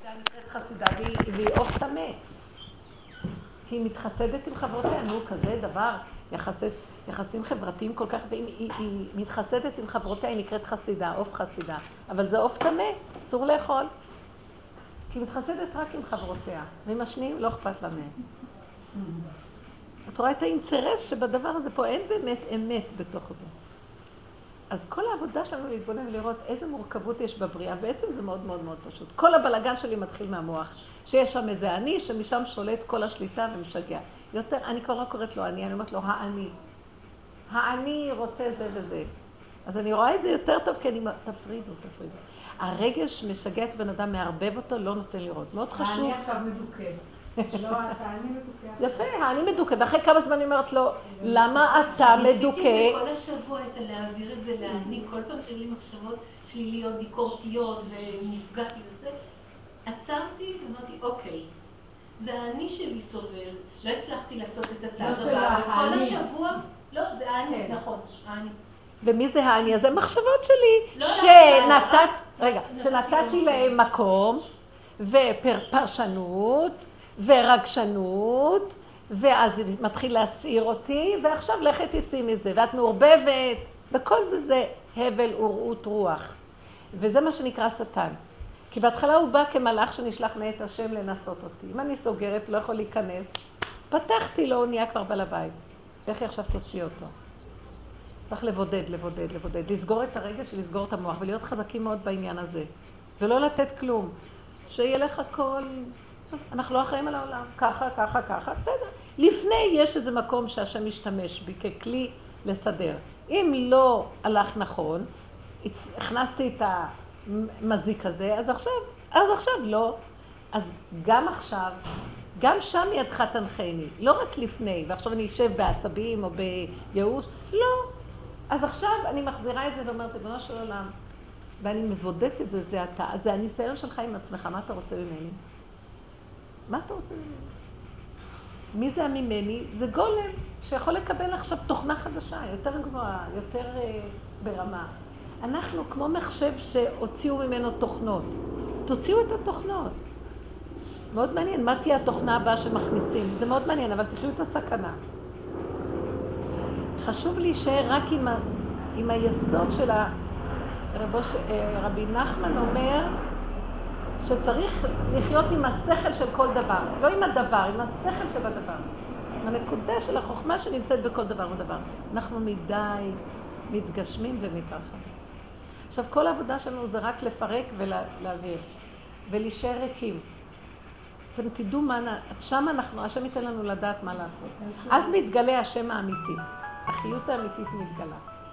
נקראת חסידה והיא אוף טמא. כי היא מתחסדת עם חברותיה, נו, כזה דבר, יחסים חברתיים כל כך, והיא מתחסדת עם חברותיה, היא נקראת חסידה, אוף חסידה. אבל זה אוף טמא, אסור לאכול. כי היא מתחסדת רק עם חברותיה, ועם השניים לא אכפת לה מהם. את רואה את האינטרס שבדבר הזה פה אין באמת אמת בתוך זה. אז כל העבודה שלנו להתבונן ולראות איזה מורכבות יש בבריאה, בעצם זה מאוד מאוד מאוד פשוט. כל הבלגן שלי מתחיל מהמוח, שיש שם איזה אני, שמשם שולט כל השליטה ומשגע. יותר, אני כבר לא קוראת לו אני אומרת לו האני. האני רוצה זה וזה. אז אני רואה את זה יותר טוב, כי אני תפרידו. הרגש משגע את בן אדם, מערבב אותו, לא נותן לראות. מאוד חשוב. האני עכשיו מדוכא. לא, האני מדוכא. יפה, האני מדוכא. ואחרי כמה זמן אני אומרת לו, למה אתה מדוכא? ניסיתי את זה כל השבוע, להעביר את זה לאני, כל פעם שהיו לי מחשבות שליליות, ביקורתיות, ונפגעתי וזה. עצרתי ואמרתי, אוקיי, זה האני שלי סובל, לא הצלחתי לעשות את הצעד הבא. כל השבוע, לא, זה האני, נכון, האני. ומי זה האני? אז זה מחשבות שלי, שנתתי להם מקום, ופרשנות, ורגשנות, ואז זה מתחיל להסעיר אותי, ועכשיו לכת תצאי מזה, ואת מעורבבת, וכל זה הבל ורעות רוח. וזה מה שנקרא שטן. כי בהתחלה הוא בא כמלאך שנשלח מאת השם לנסות אותי. אם אני סוגרת, לא יכול להיכנס, פתחתי לו, הוא נהיה כבר בעל הבית. איך עכשיו תוציא אותו? צריך לבודד, לסגור את הרגש ולסגור את המוח, ולהיות חזקים מאוד בעניין הזה. ולא לתת כלום. שיהיה לך הכל, אנחנו לא אחראים על העולם, ככה, בסדר. לפני יש איזה מקום שהשם משתמש בי ככלי לסדר. אם לא הלך נכון, הכנסתי את המזיק הזה, אז עכשיו לא. אז גם עכשיו, גם שם ידך תנחני, לא רק לפני, ועכשיו אני אשב בעצבים או בייאוש, לא. אז עכשיו אני מחזירה את זה ואומרת, ריבונו של עולם, ואני מבודדת את זה, זה הניסיון שלך עם עצמך, מה אתה רוצה ממני? מה אתה רוצה ממני? מי זה הממני? זה גולם שיכול לקבל עכשיו תוכנה חדשה, יותר גבוהה, יותר ברמה. אנחנו כמו מחשב שהוציאו ממנו תוכנות. תוציאו את התוכנות. מאוד מעניין, מה תהיה התוכנה הבאה שמכניסים? זה מאוד מעניין, אבל תחיו את הסכנה. חשוב להישאר רק עם היסוד של רבי נחמן אומר שצריך לחיות עם השכל של כל דבר, לא עם הדבר, עם השכל שבדבר. הנקודה של החוכמה שנמצאת בכל דבר ודבר. אנחנו מדי מתגשמים ומתרחבים. עכשיו, כל העבודה שלנו זה רק לפרק ולהעביר, ולהישאר ריקים. אתם תדעו שם השם ייתן לנו לדעת מה לעשות. אז מתגלה השם האמיתי. החיות האמיתית מתגלה.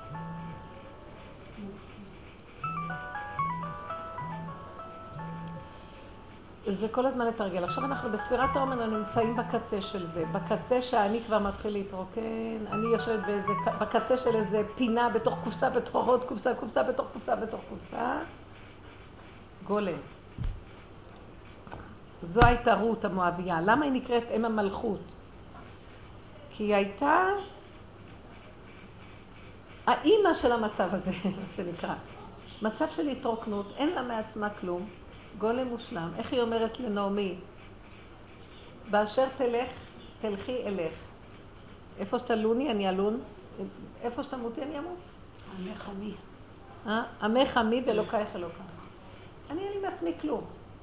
זה כל הזמן לתרגל. עכשיו אנחנו בספירת האומן נמצאים בקצה של זה. בקצה שאני כבר מתחיל להתרוקן. אני יושבת בקצה של איזה פינה בתוך קופסה, בתוך עוד קופסה, קופסה בתוך קופסה, בתוך קופסה. גולם. זו הייתה רות המואביה. למה היא נקראת אם המלכות? כי היא הייתה האימא של המצב הזה, שנקרא. מצב של התרוקנות, אין לה מעצמה כלום. גולם מושלם. איך היא אומרת לנעמי? באשר תלך, תלכי אלך. איפה שתלוני, אני אלון. איפה שתמותי, אני אמות. עמך עמי. עמך עמי ואלוקייך אלוקה. אני אין לי מעצמי כלום.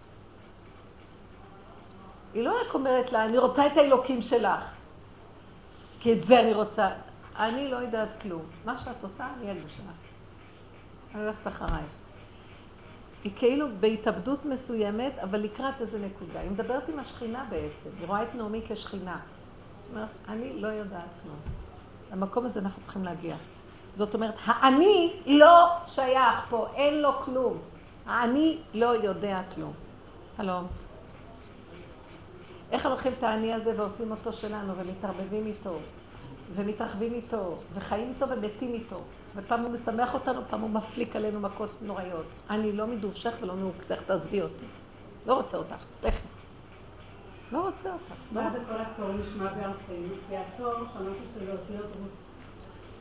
היא לא רק אומרת לה, אני רוצה את האלוקים שלך. כי את זה אני רוצה. אני לא יודעת כלום. מה שאת עושה, אני אגיד שלך. אני הולכת אחרייך. היא כאילו בהתאבדות מסוימת, אבל לקראת איזה נקודה. היא מדברת עם השכינה בעצם. היא רואה את נעמי כשכינה. זאת אומרת, אני לא יודעת כלום. למקום הזה אנחנו צריכים להגיע. זאת אומרת, האני לא שייך פה, אין לו כלום. האני לא יודע כלום. שלום. איך הולכים את האני הזה ועושים אותו שלנו ומתערבבים איתו? ומתרחבים איתו, וחיים איתו ומתים איתו. ופעם הוא משמח אותנו, פעם הוא מפליק עלינו מכות נוראיות. אני לא מדובשך ולא מעוקצך, תעזבי אותי. לא רוצה אותך, לכי. לא רוצה אותך. מה זה כל התור נשמע בארצנו? כי התור, שמעתי שזה אותיות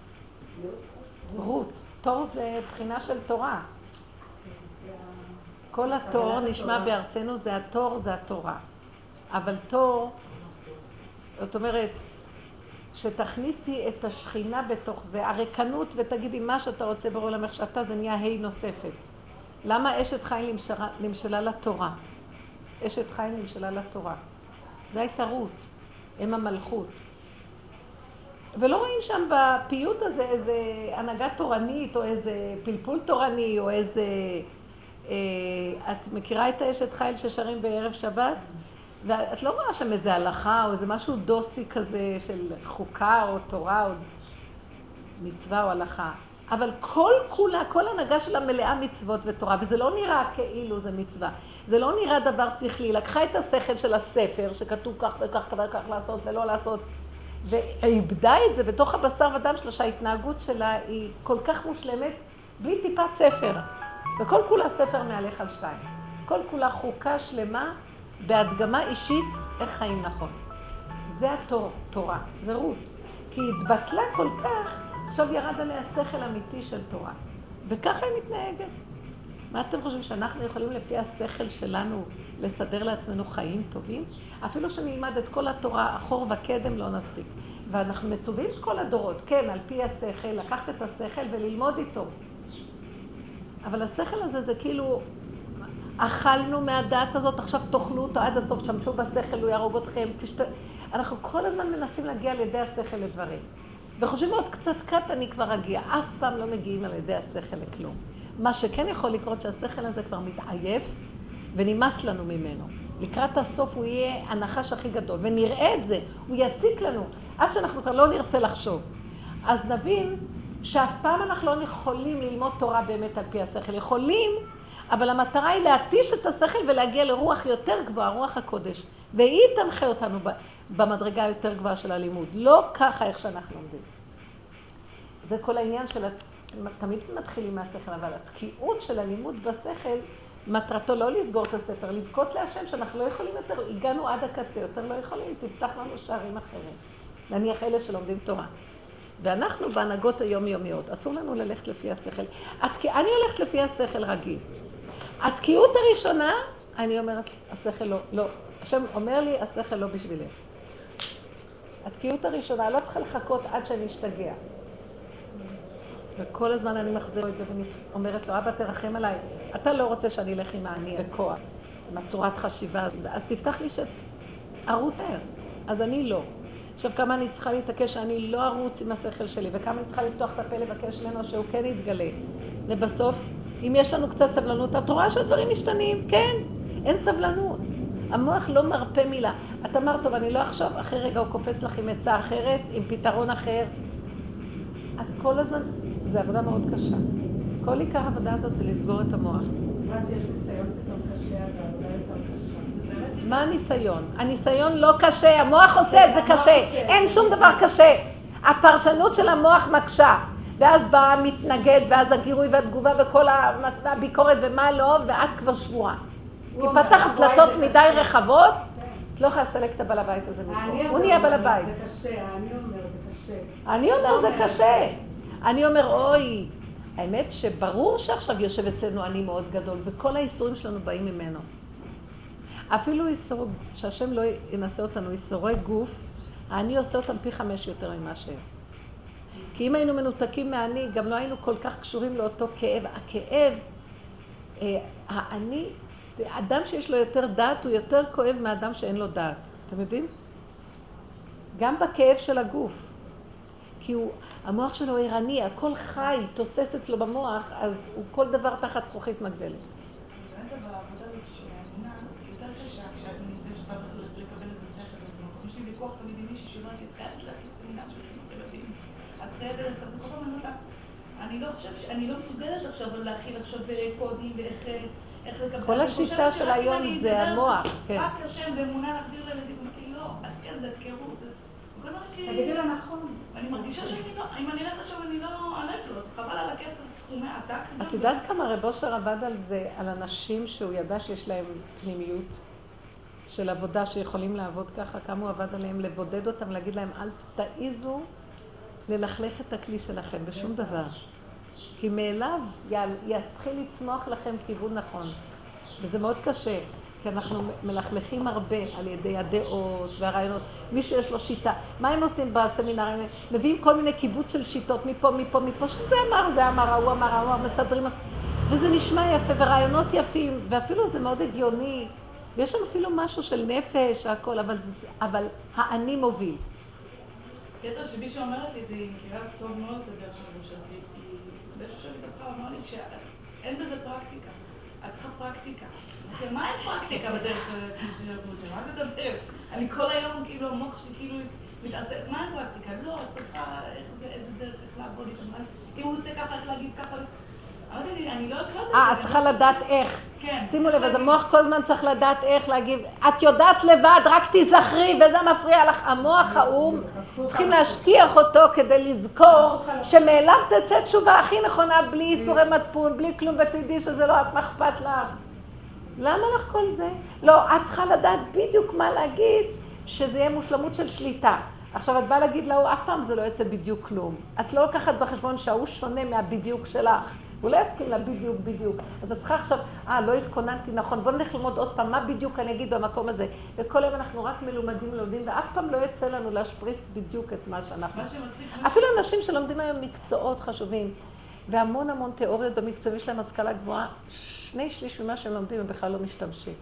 רות. רות. תור זה בחינה של תורה. כל התור נשמע בארצנו, זה התור, זה התורה. אבל תור, זאת אומרת, שתכניסי את השכינה בתוך זה, הריקנות, ותגידי מה שאתה רוצה בעולם מחשבתה, זה נהיה ה' נוספת. למה אשת חיל נמשלה לתורה? אשת חיל נמשלה לתורה. זה ההתערות, הם המלכות. ולא רואים שם בפיוט הזה איזה הנהגה תורנית, או איזה פלפול תורני, או איזה... את מכירה את האשת חיל ששרים בערב שבת? ואת לא רואה שם איזה הלכה, או איזה משהו דוסי כזה של חוקה, או תורה, או מצווה, או הלכה. אבל כל כולה, כל הנהגה שלה מלאה מצוות ותורה, וזה לא נראה כאילו זה מצווה. זה לא נראה דבר שכלי. לקחה את השכל של הספר, שכתוב כך וכך וכך לעשות ולא לעשות, ואיבדה את זה בתוך הבשר ודם שלה, שההתנהגות שלה היא כל כך מושלמת, בלי טיפת ספר. וכל כולה ספר מהלך על שתיים. כל כולה חוקה שלמה, בהדגמה אישית, איך חיים נכון. זה התורה, זה רות. כי היא התבטלה כל כך, עכשיו ירד עליה שכל אמיתי של תורה. וככה היא מתנהגת. מה אתם חושבים, שאנחנו יכולים לפי השכל שלנו לסדר לעצמנו חיים טובים? אפילו שנלמד את כל התורה, אחור וקדם לא נספיק. ואנחנו מצווים את כל הדורות, כן, על פי השכל, לקחת את השכל וללמוד איתו. אבל השכל הזה זה כאילו, אכלנו מהדעת הזאת, עכשיו תאכלו אותו עד הסוף, תשמשו בשכל, הוא יהרוג אתכם, אנחנו כל הזמן מנסים להגיע על ידי השכל לדברים. וחושבים עוד קצת אני כבר אגיע, אף פעם לא מגיעים על ידי השכל לכלום. מה שכן יכול לקרות שהשכל הזה כבר מתעייף ונמאס לנו ממנו. לקראת הסוף הוא יהיה הנחש הכי גדול, ונראה את זה, הוא יציק לנו, עד שאנחנו כבר לא נרצה לחשוב. אז נבין שאף פעם אנחנו לא יכולים ללמוד תורה באמת על פי השכל. יכולים, אבל המטרה היא להתיש את השכל ולהגיע לרוח יותר גבוהה, רוח הקודש. והיא תנחה אותנו במדרגה יותר גבוהה של הלימוד. לא ככה איך שאנחנו לומדים. זה כל העניין של... תמיד מתחילים מהשכל, אבל התקיעות של הלימוד בשכל, מטרתו לא לסגור את הספר, לבכות להשם שאנחנו לא יכולים יותר, הגענו עד הקצה, יותר לא יכולים, תפתח לנו שערים אחרים. נניח אלה שלומדים תורה. ואנחנו בהנהגות היומיומיות, אסור לנו ללכת לפי השכל. אני הולכת לפי השכל רגיל. התקיעות הראשונה, אני אומרת, השכל לא. השם אומר לי, השכל לא בשבילך. התקיעות הראשונה, לא צריכה לחכות עד שאני אשתגע. וכל הזמן אני מחזיר את זה ואומרת לו, אבא תרחם עליי, אתה לא רוצה שאני אלך עם העני בכוח, עם הצורת חשיבה, אז תפתח לי שערוץ אחר, אז אני לא. עכשיו כמה אני צריכה להתעקש שאני לא ארוץ עם השכל שלי, וכמה אני צריכה לפתוח את הפה לבקש ממנו שהוא כן יתגלה. ובסוף, אם יש לנו קצת סבלנות, את רואה שהדברים משתנים, כן, אין סבלנות. המוח לא מרפא מילה. את אמרת, טוב, אני לא עכשיו, אחרי רגע הוא קופץ לך עם עצה אחרת, עם פתרון אחר. את כל הזמן, זה עבודה מאוד קשה. כל עיקר העבודה הזאת זה לסגור את המוח. רק שיש ניסיון פתאום קשה, אז העבודה יותר קשה. מה הניסיון? הניסיון לא קשה, המוח עושה את זה קשה. אין שום דבר קשה. הפרשנות של המוח מקשה. ואז בא מתנגד, ואז הגירוי והתגובה וכל הביקורת ומה לא, ואת כבר שבועה. כי פתחת דלתות מדי רחבות, את לא יכולה לסלק את הבעל הבית הזה מפה. הוא נהיה בעל הבית. זה קשה, אני אומר, זה קשה. אני אומר, זה קשה. אני אומר, אוי, האמת שברור שעכשיו יושב אצלנו אני מאוד גדול, וכל האיסורים שלנו באים ממנו. אפילו איסור, שהשם לא ינסה אותנו, איסורי גוף, אני עושה אותם פי 5 יותר ממה שהם. כי אם היינו מנותקים מהאני, גם לא היינו כל כך קשורים לאותו כאב. הכאב, האני, אדם שיש לו יותר דעת, הוא יותר כואב מאדם שאין לו דעת. אתם יודעים? גם בכאב של הגוף. כי המוח שלו ערני, הכל חי, תוסס אצלו במוח, אז הוא כל דבר תחת זכוכית מגדלת. בעבודה של האמונה, יותר קשה, כשאת נמצאת שאתה לקבל איזה שכל הזה. יש לי ויכוח תמיד עם מישהי שאומרת, את חייבת להכניס סמינר של חינוך ילדים. את חייבת, כל פעם אני אומרת, אני לא מסוגלת עכשיו להכיל עכשיו קודים ואיך לקבל. כל השיטה של היום זה המוח, כן. רק השם באמונה להחדיר לילדים, אמרתי, לא, עד כן זה הפקרות. תגידי לה נכון. אני מרגישה שאני לא, אם אני אלך עכשיו אני לא עלק לו, חבל על הכסף, סכומי עתק. את יודעת כמה רב אושר עבד על זה, על אנשים שהוא ידע שיש להם פנימיות של עבודה שיכולים לעבוד ככה, כמה הוא עבד עליהם, לבודד אותם, להגיד להם, אל תעיזו ללכלך את הכלי שלכם בשום דבר. כי מאליו יתחיל לצמוח לכם כיוון נכון. וזה מאוד קשה, כי אנחנו מלכלכים הרבה על ידי הדעות והרעיונות. מישהו יש לו שיטה. מה הם עושים בסמינרים? מביאים כל מיני קיבוץ של שיטות, מפה, שזה אמר, זה אמר, ההוא אמר, מסדרים. וזה נשמע יפה, ורעיונות יפים, ואפילו זה מאוד הגיוני. ויש שם אפילו משהו של נפש והכל, אבל האני מוביל. קטע שמישהו אומרת לי, זה מכירה טוב מאוד את הדרך של מושלתי, כי באיזשהו שלי דווקא אמר לי שאין בזה פרקטיקה. את צריכה פרקטיקה. מה אין פרקטיקה בדרך של מושלתי? מה את מדברת? אני כל היום, כאילו, המוח שלי כאילו מתעסק, מה אין פרקטיקה? לא, את צריכה איזה דרך, איך לעבוד איתם. אם הוא עושה ככה, איך להגיד ככה. אמרתי לי, אני לא אקלוט את זה. את צריכה לדעת איך. כן. שימו לב, אז המוח כל הזמן צריך לדעת איך להגיב. את יודעת לבד, רק תזכרי, וזה מפריע לך. המוח האום, צריכים להשכיח אותו כדי לזכור שמאליו תצא תשובה הכי נכונה, בלי איסורי מצפון, בלי כלום, ותדעי שזה לא את, מה אכפת לך. למה לך כל זה? לא, את צריכה לדעת בדיוק מה להגיד, שזה יהיה מושלמות של שליטה. עכשיו, את באה להגיד לו, אף פעם זה לא יוצא בדיוק כלום. את לא לוקחת בחשבון שההוא שונה מהבדיוק שלך. הוא לא יסכים לה בדיוק. אז את צריכה עכשיו, לא התכוננתי נכון, בוא נלך ללמוד עוד פעם, מה בדיוק אני אגיד במקום הזה. וכל היום אנחנו רק לומדים, ואף פעם לא יוצא לנו להשפריץ בדיוק את מה שאנחנו. אפילו אנשים שלומדים היום מקצועות חשובים, והמון תיאוריות במקצועים, יש להם השכלה גבוהה, 2/3 ממה שהם לומדים הם בכלל לא משתמשים.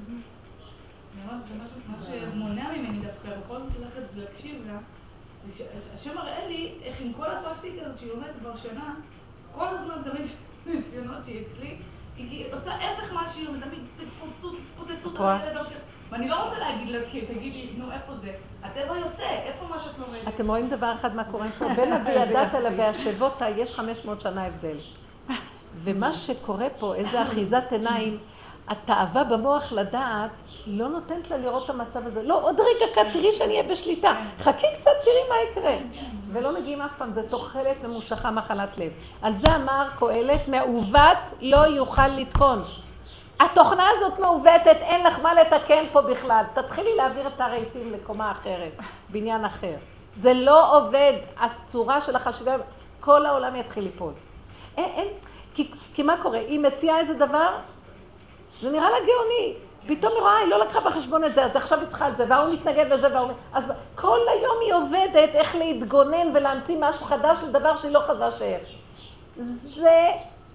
מה שמונע ממני דווקא, בכל זאת הולכת להקשיב לה, השם מראה לי איך עם כל הפרקטיקה הזאת שהיא לומדת כבר שנה, כל הזמן תמיד ניסיונות שהיא אצלי, היא עושה הפך מהשיר, ותמיד פוצצות על הילד. ואני לא רוצה להגיד לה, תגיד לי, נו, איפה זה? הטבע יוצא, איפה מה שאת לומדת? אתם רואים דבר אחד מה קורה פה? בין הוידעת והשבותה יש 500 שנה הבדל. ומה שקורה פה, איזה אחיזת עיניים, התאווה במוח לדעת, לא נותנת לה לראות את המצב הזה. לא, עוד רגע תראי שאני אהיה בשליטה. חכי קצת, תראי מה יקרה. ולא מגיעים אף פעם, זה תוחלת ממושכה מחלת לב. על זה אמר קהלת, מעוות לא יוכל לתקון. התוכנה הזאת מעוותת, אין לך מה לתקן פה בכלל. תתחילי להעביר את הרהיטים לקומה אחרת, בניין אחר. זה לא עובד, הצורה של החשיבה, כל העולם יתחיל ליפול. אין, כי מה קורה? היא מציעה איזה דבר, זה נראה לה גאוני. פתאום היא רואה, היא לא לקחה בחשבון את זה, אז עכשיו היא צריכה את זה, והוא מתנגד לזה, אז כל היום היא עובדת איך להתגונן ולהמציא משהו חדש לדבר שהיא לא חזרה שיש. זה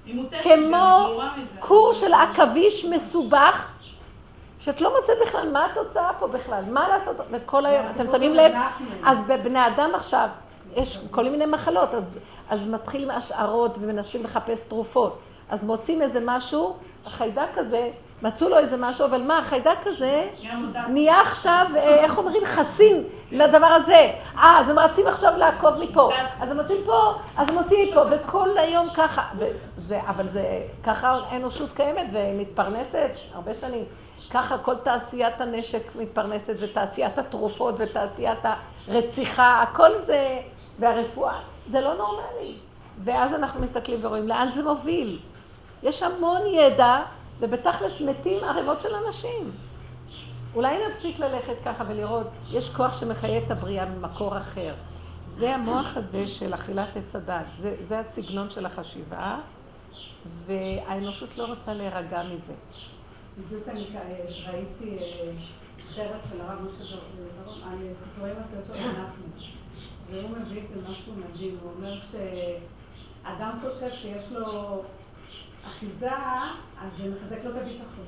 כמו קור של עכביש מסובך, שאת לא מוצאת בכלל מה התוצאה פה בכלל, מה לעשות, וכל היום, אתם שמים לב, אז בבני אדם עכשיו, יש כל מיני מחלות, אז מתחילים השערות ומנסים לחפש תרופות, אז מוצאים איזה משהו, החיידק הזה, מצאו לו איזה משהו, אבל מה, החיידק הזה נהיה עכשיו, איך אומרים, חסין לדבר הזה. אז הם רצים עכשיו לעקוב מפה, אז הם מוצאים פה, אז הם מוצאים מפה, וכל היום ככה. אבל זה, ככה האנושות קיימת ומתפרנסת הרבה שנים. ככה כל תעשיית הנשק מתפרנסת, ותעשיית התרופות, ותעשיית הרציחה, הכל זה, והרפואה, זה לא נורמלי. ואז אנחנו מסתכלים ורואים לאן זה מוביל. יש המון ידע, ובתכלס מתים ערימות של אנשים. אולי נפסיק ללכת ככה ולראות, יש כוח שמחיה את הבריאה ממקור אחר. זה המוח הזה של אכילת עץ הדת, זה הסגנון של החשיבה, והאנושות לא רוצה להירגע מזה. בדיוק אני ראיתי סרט של הרב משה דורון על סיפורי מסעות של אנחנו, והוא מביא את זה משהו מדהים, הוא אומר שאדם חושב שיש לו אחיזה, אז זה מחזק לו את הביטחון.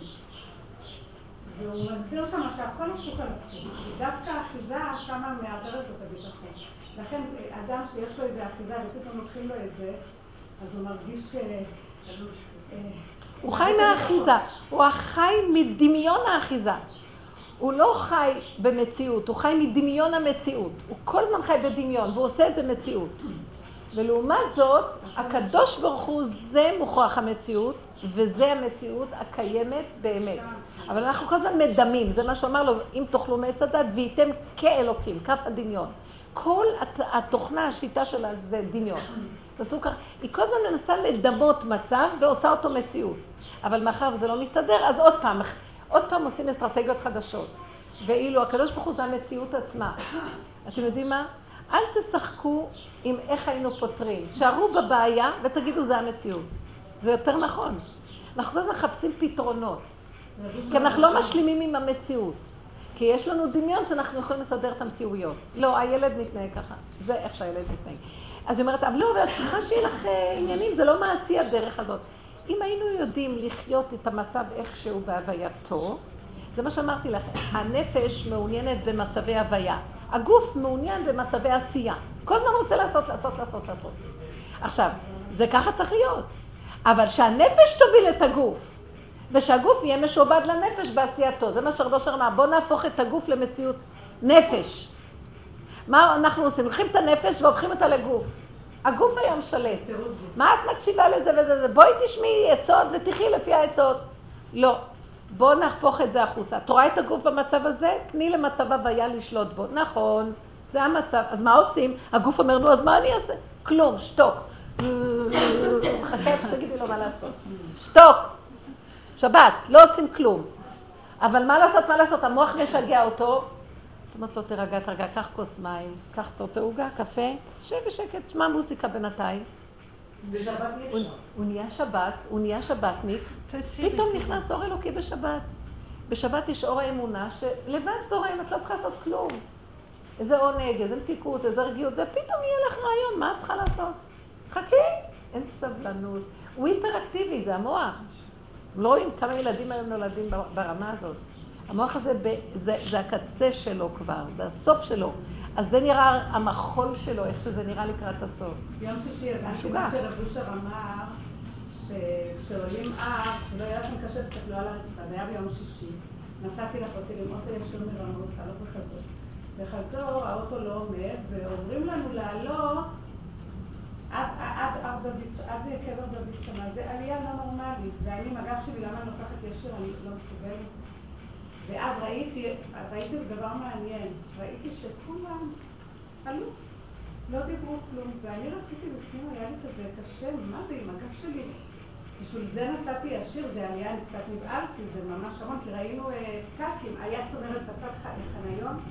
והוא מסביר שם שהכל הפוך על הפוך, שדווקא האחיזה שמה מעברת לו את הביטחון. לכן אדם שיש לו איזה אחיזה ופתאום לוקחים לו את זה, אז הוא מרגיש הוא חי מהאחיזה, הוא חי מדמיון האחיזה. הוא לא חי במציאות, הוא חי מדמיון המציאות. הוא כל הזמן חי בדמיון, והוא עושה את זה מציאות. ולעומת זאת, הקדוש ברוך הוא זה מוכרח המציאות, וזה המציאות הקיימת באמת. אבל אנחנו כל הזמן מדמים, זה מה שאומר לו, אם תאכלו מעץ הדת והייתם כאלוקים, כף הדמיון. כל התוכנה, השיטה שלה זה דמיון. היא כל הזמן מנסה לדמות מצב ועושה אותו מציאות. אבל מאחר וזה לא מסתדר, אז עוד פעם עושים אסטרטגיות חדשות. ואילו הקדוש ברוך הוא זה המציאות עצמה. אתם יודעים מה? אל תשחקו עם איך היינו פותרים. תשארו בבעיה ותגידו זה המציאות. זה יותר נכון. אנחנו כל הזמן מחפשים פתרונות. כי אנחנו לא משלימים עם המציאות. כי יש לנו דמיון שאנחנו יכולים לסדר את המציאויות. לא, הילד מתנהג ככה. זה איך שהילד מתנהג. אז היא אומרת, אבל לא, אבל את צריכה שיהיה לך עניינים, זה לא מעשי הדרך הזאת. אם היינו יודעים לחיות את המצב איכשהו בהווייתו, זה מה שאמרתי לכם, הנפש מעוניינת במצבי הוויה. הגוף מעוניין במצבי עשייה. כל הזמן רוצה לעשות. עכשיו, זה ככה צריך להיות. אבל שהנפש תוביל את הגוף, ושהגוף יהיה משועבד לנפש בעשייתו. זה מה שרבו אמר, בוא נהפוך את הגוף למציאות נפש. מה אנחנו עושים? לוקחים את הנפש והופכים אותה לגוף. הגוף היום שלט. מה את מקשיבה לזה וזה? בואי תשמעי עצות ותחי לפי העצות. לא. בוא נהפוך את זה החוצה. את רואה את הגוף במצב הזה? תני למצב הוויה לשלוט בו. נכון, זה המצב. אז מה עושים? הגוף אומר, נו, אז מה אני אעשה? כלום, שתוק. חכה שתגידי לו מה לעשות. שתוק. שבת, לא עושים כלום. אבל מה לעשות? המוח משגע אותו. זאת אומרת לו, תרגע, קח כוס מים, קח, אתה רוצה עוגה, קפה, שב בשקט, תשמע מוזיקה בינתיים. בשבת אי אפשר. הוא נהיה שבתניק, פתאום נכנס אור אלוקי בשבת. בשבת יש אור האמונה שלבד זורם, את לא צריכה לעשות כלום. איזה עונג, איזה מתיקות, איזה רגיעות, ופתאום יהיה לך רעיון, מה את צריכה לעשות? חכי, אין סבלנות. הוא היפראקטיבי, זה המוח. לא רואים כמה ילדים היום נולדים ברמה הזאת. המוח הזה, זה הקצה שלו כבר, זה הסוף שלו. אז זה נראה המחול שלו, איך שזה נראה לקראת הסוף. יום שישי, הבנתי מה שרב אושר אמר, שכשעולים שלא היה לכם קשה, תסתכלו על הרצפה, זה היה ביום שישי. נסעתי לכותי ללמוד ישור מרמות, הלוך וחזור. בחזור, האוטו לא עומד, ואומרים לנו לעלות עד קבר דוד שמה. זה עלייה לא נורמלית, ואני עם הגב שלי, למה אני לוקחת ישיר, אני לא מסוגלת. ואז ראיתי דבר מעניין, ראיתי שכולם עלו, לא דיברו כלום, ואני רציתי בפנים, היה לי כזה קשה, מה זה עם הגב שלי? בשביל זה נסעתי ישיר, זה עלייה, אני קצת נבעלתי, זה ממש המון, כי ראינו פקקים, היה זאת אומרת בצד חניון,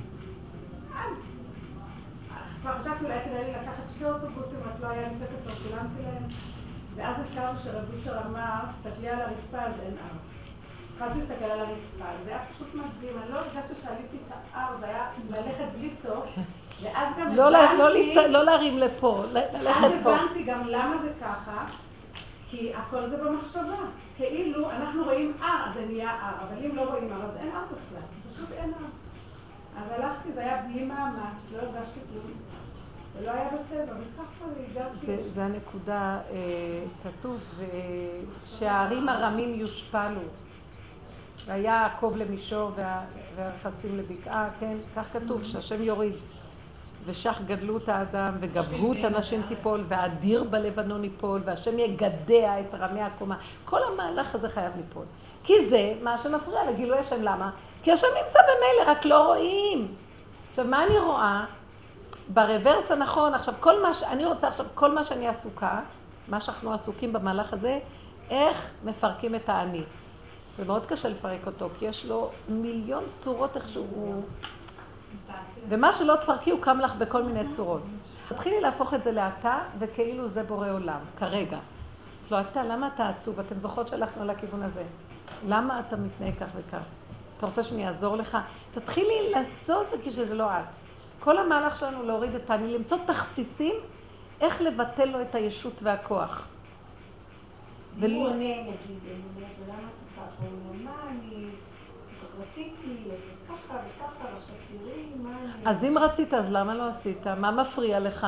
כבר חשבתי אולי כדאי לי לקחת 2 אוטובוסים, רק לא היה לי כסף, לא שילמתי להם, ואז הזכרתי שרב אושר אמר, תסתכלי על הרצפה, אז אין ארץ. התחלתי להסתכל על הרצפה, זה היה פשוט מדהים, אני לא הרגשתי שעליתי את האר, זה היה ללכת בלי סוף, ואז גם הבנתי... לא להרים לפה, ללכת פה. אז הבנתי גם למה זה ככה, כי הכל זה במחשבה. כאילו אנחנו רואים אז זה נהיה אבל אם לא רואים אז אין בכלל, פשוט אין אז הלכתי, זה היה בלי מאמץ, לא הרגשתי כלום. ולא היה בטבע, וככה הגעתי. זה הנקודה, כתוב שהערים הרמים יושפלו. והיה העקוב למישור והרכסים לבקעה, כן? כך כתוב, שהשם יוריד. ושך גדלו את האדם, וגבהו את הנשים תיפול, והאדיר בלבנון ייפול, והשם יגדע את רמי הקומה. כל המהלך הזה חייב ליפול. כי זה מה שמפריע לגילוי השם. למה? כי השם נמצא במילא, רק לא רואים. עכשיו, מה אני רואה? ברוורס הנכון, עכשיו, אני רוצה עכשיו, כל מה שאני עסוקה, מה שאנחנו עסוקים במהלך הזה, איך מפרקים את האני. ומאוד קשה לפרק אותו, כי יש לו מיליון צורות איכשהו... ומה שלא תפרקי הוא קם לך בכל מיני צורות. תתחילי להפוך את זה לאתה, וכאילו זה בורא עולם, כרגע. לא, אתה, למה אתה עצוב? אתם זוכרות שהלכנו לכיוון הזה. למה אתה מתנהג כך וכך? אתה רוצה שאני אעזור לך? תתחילי לעשות זה כשזה לא את. כל המהלך שלנו להוריד את האני, למצוא תכסיסים, איך לבטל לו את הישות והכוח. ולא עונה, נגיד, למה אתה ככה? מה אני רציתי לעשות ככה וככה, עכשיו תראי מה אני... אז אם רצית, אז למה לא עשית? מה מפריע לך?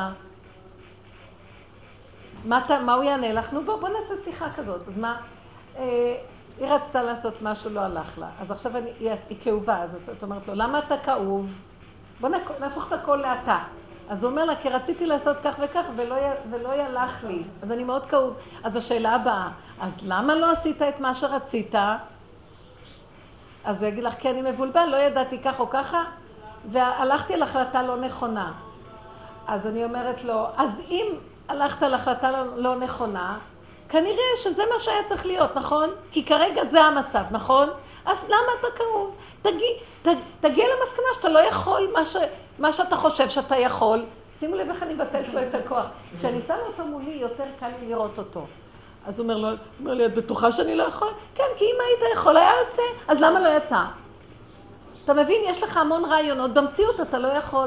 מה הוא יענה לך? נו בוא נעשה שיחה כזאת. אז מה? היא רצתה לעשות משהו, לא הלך לה. אז עכשיו היא כאובה, אז את אומרת לו, למה אתה כאוב? בוא נהפוך את הכל לאתה. אז הוא אומר לה, כי רציתי לעשות כך וכך ולא ילך לי. אז אני מאוד כאוב. אז השאלה הבאה, אז למה לא עשית את מה שרצית? אז הוא יגיד לך, כי אני מבולבל, לא ידעתי כך או ככה, והלכתי על החלטה לא נכונה. אז אני אומרת לו, אז אם הלכת על החלטה לא נכונה, כנראה שזה מה שהיה צריך להיות, נכון? כי כרגע זה המצב, נכון? אז למה אתה כאוב? תגיע למסקנה שאתה לא יכול מה שאתה חושב שאתה יכול. שימו לב איך אני מבטלת לו את הכוח. כשאני שמה אותו מולי, יותר קל לי לראות אותו. אז הוא אומר לי, את בטוחה שאני לא יכול? כן, כי אם היית יכול, היה יוצא, אז למה לא יצא? אתה מבין, יש לך המון רעיונות, במציאות אתה לא יכול.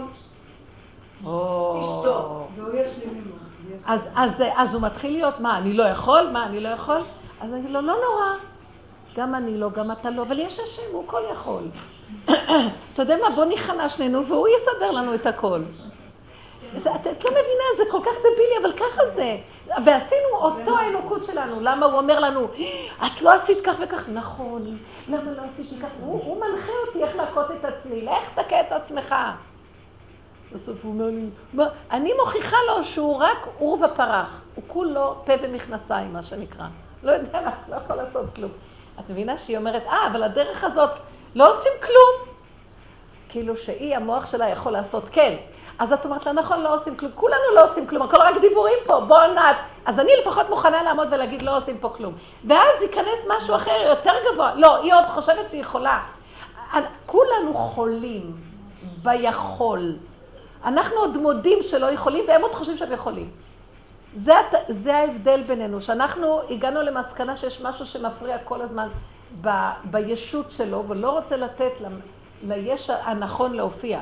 תשתוק. והוא ישלים ממנו. אז הוא מתחיל להיות, מה, אני לא יכול? מה, אני לא יכול? אז אני אגיד לו, לא נורא. גם אני לא, גם אתה לא, אבל יש השם, הוא כל יכול. אתה יודע מה, בוא ניכנע שנינו, והוא יסדר לנו את הכל. את לא מבינה, זה כל כך דבילי, אבל ככה זה. ועשינו אותו האלוקות שלנו. למה הוא אומר לנו, את לא עשית כך וכך? נכון, למה לא עשיתי כך? הוא מנחה אותי איך להכות את עצמי, לך תכה את עצמך. בסוף הוא אומר לי, מה? אני מוכיחה לו שהוא רק אור ופרח. הוא כולו פה ומכנסיים, מה שנקרא. לא יודע מה, לא יכול לעשות כלום. את מבינה שהיא אומרת, אבל הדרך הזאת לא עושים כלום. כאילו שהיא, המוח שלה יכול לעשות כן. אז את אומרת לה, נכון, לא עושים כלום. כולנו לא עושים כלום, הכל רק דיבורים פה, בוא נת. אז אני לפחות מוכנה לעמוד ולהגיד, לא עושים פה כלום. ואז ייכנס משהו אחר, יותר גבוה. לא, היא עוד חושבת שהיא יכולה. כולנו חולים ביכול. אנחנו עוד מודים שלא יכולים, והם עוד חושבים שהם יכולים. זה ההבדל בינינו, שאנחנו הגענו למסקנה שיש משהו שמפריע כל הזמן בישות שלו, ולא רוצה לתת ליש הנכון להופיע.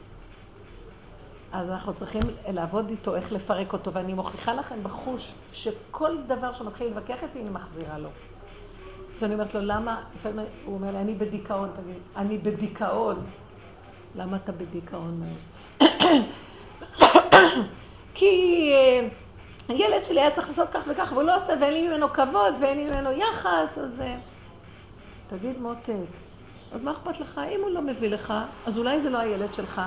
אז אנחנו צריכים לעבוד איתו, איך לפרק אותו, ואני מוכיחה לכם בחוש שכל דבר שמתחיל לבקח איתי, אני מחזירה לו. אז אני אומרת לו, למה? הוא אומר לי, אני בדיכאון, תגיד, אני בדיכאון. למה אתה בדיכאון? כי הילד שלי היה צריך לעשות כך וכך, והוא לא עושה, ואין לי ממנו כבוד, ואין לי ממנו יחס, אז תגיד מותק, אז מה אכפת לך? אם הוא לא מביא לך, אז אולי זה לא הילד שלך.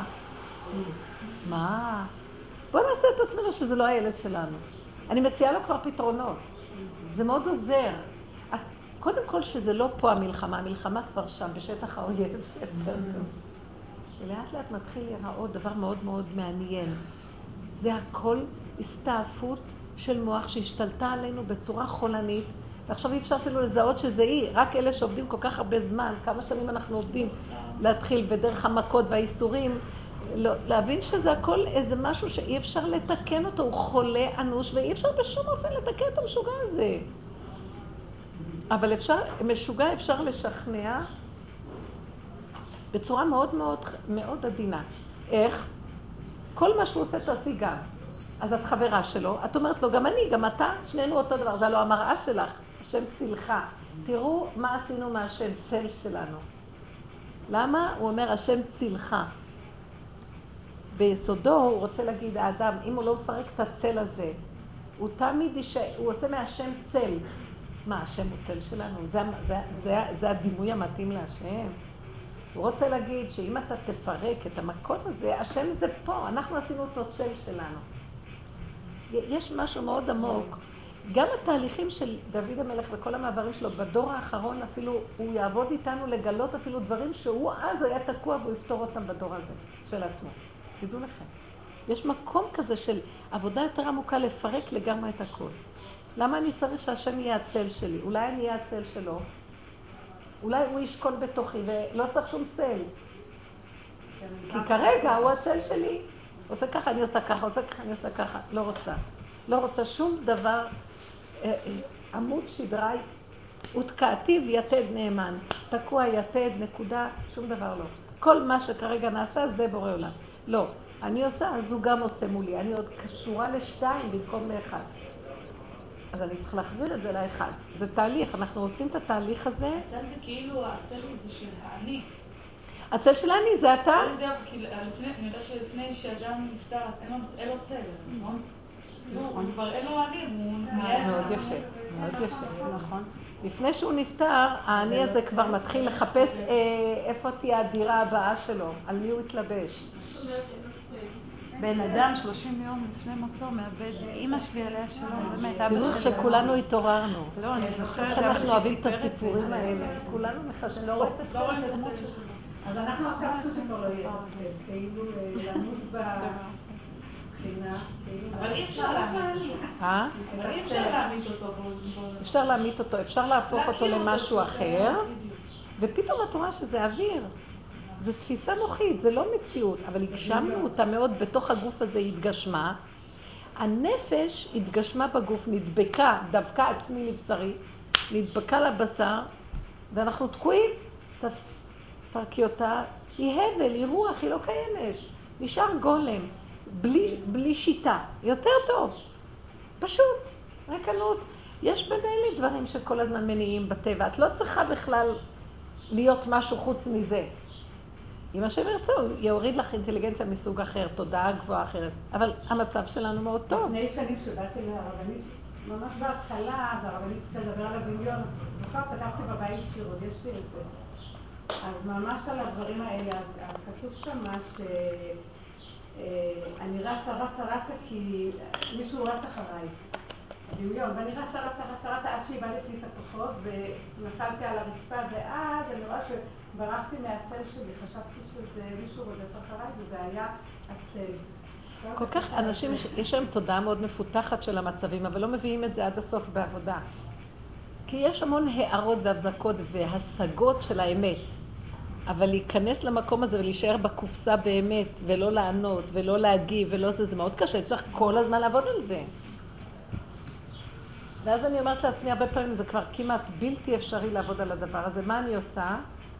מה? בוא נעשה את עצמנו שזה לא הילד שלנו. אני מציעה לו כבר פתרונות. זה מאוד עוזר. קודם כל שזה לא פה המלחמה כבר שם, בשטח האויב, שיותר טוב. ולאט לאט מתחיל להיראות דבר מאוד מאוד מעניין. זה הכל הסתעפות של מוח שהשתלטה עלינו בצורה חולנית, ועכשיו אי אפשר אפילו לזהות שזה היא, רק אלה שעובדים כל כך הרבה זמן, כמה שנים אנחנו עובדים להתחיל בדרך המכות והאיסורים, להבין שזה הכל איזה משהו שאי אפשר לתקן אותו, הוא חולה אנוש, ואי אפשר בשום אופן לתקן את המשוגע הזה. אבל משוגע אפשר לשכנע בצורה מאוד מאוד מאוד עדינה. איך? כל מה שהוא עושה תעשי גם. אז את חברה שלו, את אומרת לו, גם אני, גם אתה, שנינו אותו דבר, זה לא המראה שלך, השם צילך. תראו מה עשינו מהשם צל שלנו. למה? הוא אומר, השם צילך. ביסודו הוא רוצה להגיד, האדם, אם הוא לא מפרק את הצל הזה, הוא תמיד, הוא עושה מהשם צל. מה, השם הוא צל שלנו? זה הדימוי המתאים להשם. הוא רוצה להגיד שאם אתה תפרק את המקום הזה, השם זה פה, אנחנו עשינו אותו צל שלנו. יש משהו מאוד עמוק. גם התהליכים של דוד המלך וכל המעברים שלו, בדור האחרון אפילו, הוא יעבוד איתנו לגלות אפילו דברים שהוא אז היה תקוע והוא יפתור אותם בדור הזה של עצמו. תדעו לכם. יש מקום כזה של עבודה יותר עמוקה לפרק לגמרי את הכל. למה אני צריך שהשם יהיה הצל שלי? אולי אני אהיה הצל שלו? אולי הוא ישכון בתוכי ולא צריך שום צל. כי כרגע הוא הצל שלי. עושה ככה, אני עושה ככה, עושה ככה, אני עושה ככה. לא רוצה. לא רוצה שום דבר, עמוד שדרי, ותקעתיו יתד נאמן. תקוע יתד, נקודה, שום דבר לא. כל מה שכרגע נעשה זה בורא עולם. לא, אני עושה, אז הוא גם עושה מולי. אני עוד קשורה לשתיים במקום לאחד. אז אני צריך להחזיר את זה לאחד. זה תהליך, אנחנו עושים את התהליך הזה. הצל זה כאילו, הצל זה של האני. הצל של האני זה אתה? אני יודעת שלפני שאדם נפטר, אין לו צל, נכון? הוא כבר אין לו האני, הוא נהיה... מאוד יפה, מאוד יפה, נכון. לפני שהוא נפטר, האני הזה כבר מתחיל לחפש איפה תהיה הדירה הבאה שלו, על מי הוא יתלבש. בן אדם 30 יום לפני מותו מאבד אמא שלי עליה שלום, באמת. תראו איך שכולנו התעוררנו. לא, אני זוכרת. איך אנחנו אוהבים את הסיפורים האלה. כולנו מחשבים. לא רואה את הצל. אז אנחנו עכשיו צריכים שכבר לא יהיה צל, כאילו למות בבחינה. אבל אי אפשר להמית. אבל אי אפשר להמית אותו. אפשר להמית אותו, אפשר להפוך אותו למשהו אחר, ופתאום את רואה שזה אוויר. זו תפיסה מוחית, זה לא מציאות, אבל הגשמנו אותה מאוד, בתוך הגוף הזה היא התגשמה, הנפש התגשמה בגוף, נדבקה, דבקה עצמי לבשרי, נדבקה לבשר, ואנחנו תקועים. תפרקי אותה, היא הבל, היא רוח, היא לא קיימת. נשאר גולם, בלי שיטה, יותר טוב. פשוט, רקנות. יש במילא דברים שכל הזמן מניעים בטבע. את לא צריכה בכלל להיות משהו חוץ מזה. אם השם ירצה, הוא יוריד לך אינטליגנציה מסוג אחר, תודעה גבוהה אחרת. אבל המצב שלנו מאוד טוב. לפני שנים שבאתי להרבנית, ממש בהתחלה, אז הרבנית תדבר על הדמיון, אז בכלל פתחתי בבית שירות, יש לי את זה. אז ממש על הדברים האלה, אז כתוב שם שאני רצה כי מישהו רץ אחריי. הדמיון, ואני רצה עד שאיבדתי את הכוחות ונפלתי על הרצפה, ואז אני רואה שברחתי מהצל שלי, חשבתי שזה מישהו רודף אחריי, וזה היה הצל. כל כך אנשים, יש להם תודעה מאוד מפותחת של המצבים, אבל לא מביאים את זה עד הסוף בעבודה. כי יש המון הערות והבזקות והשגות של האמת. אבל להיכנס למקום הזה ולהישאר בקופסה באמת, ולא לענות, ולא להגיב, ולא זה מאוד קשה. צריך כל הזמן לעבוד על זה. ואז אני אומרת לעצמי, הרבה פעמים זה כבר כמעט בלתי אפשרי לעבוד על הדבר הזה. מה אני עושה?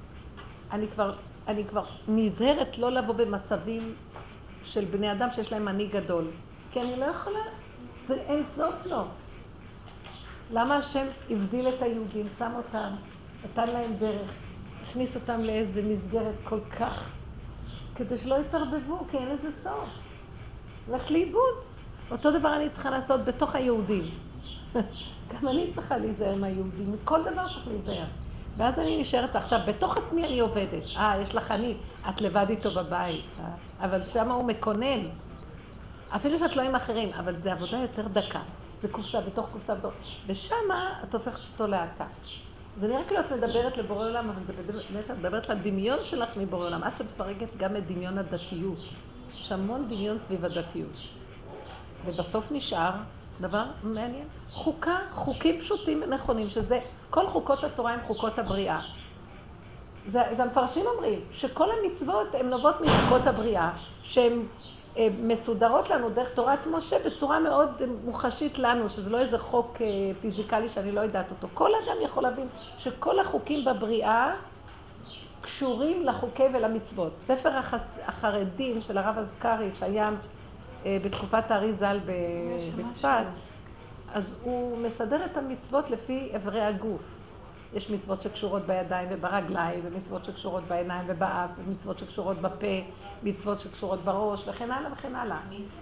אני כבר נזהרת לא לבוא במצבים של בני אדם שיש להם אני גדול. כי אני לא יכולה, זה אין סוף לא. למה השם הבדיל את היהודים, שם אותם, נתן להם דרך, הכניס אותם לאיזה מסגרת כל כך, כדי שלא יתערבבו, כי אין לזה סוף. הולך לאיבוד. אותו דבר אני צריכה לעשות בתוך היהודים. גם אני צריכה להיזהר מהיהודים, מכל דבר צריך להיזהר. ואז אני נשארת עכשיו, בתוך עצמי אני עובדת. יש לך אני, את לבד איתו בבית. אבל שם הוא מקונן. אפילו שאת לא עם אחרים, אבל זה עבודה יותר דקה. זה קופסה בתוך קופסה בתוך. ושם את הופכת אותו לאתה. זה נראה כאילו את מדברת לבורא עולם, אבל זה באמת את מדברת לדמיון שלך מבורא עולם. עד שמפרגת גם את דמיון הדתיות. יש המון דמיון סביב הדתיות. ובסוף נשאר דבר מעניין. חוקים פשוטים ונכונים, שזה כל חוקות התורה הם חוקות הבריאה. זה המפרשים אומרים, שכל המצוות הן נובעות מחוקות הבריאה, שהן מסודרות לנו דרך תורת משה בצורה מאוד מוחשית לנו, שזה לא איזה חוק פיזיקלי שאני לא יודעת אותו. כל אדם יכול להבין שכל החוקים בבריאה קשורים לחוקי ולמצוות. ספר החרדים של הרב אזכרי שהיה בתקופת הארי ז"ל בצפת, אז הוא מסדר את המצוות לפי אברי הגוף. יש מצוות שקשורות בידיים וברגליים, ומצוות שקשורות בעיניים ובאף, ומצוות שקשורות בפה, מצוות שקשורות בראש, וכן הלאה וכן הלאה.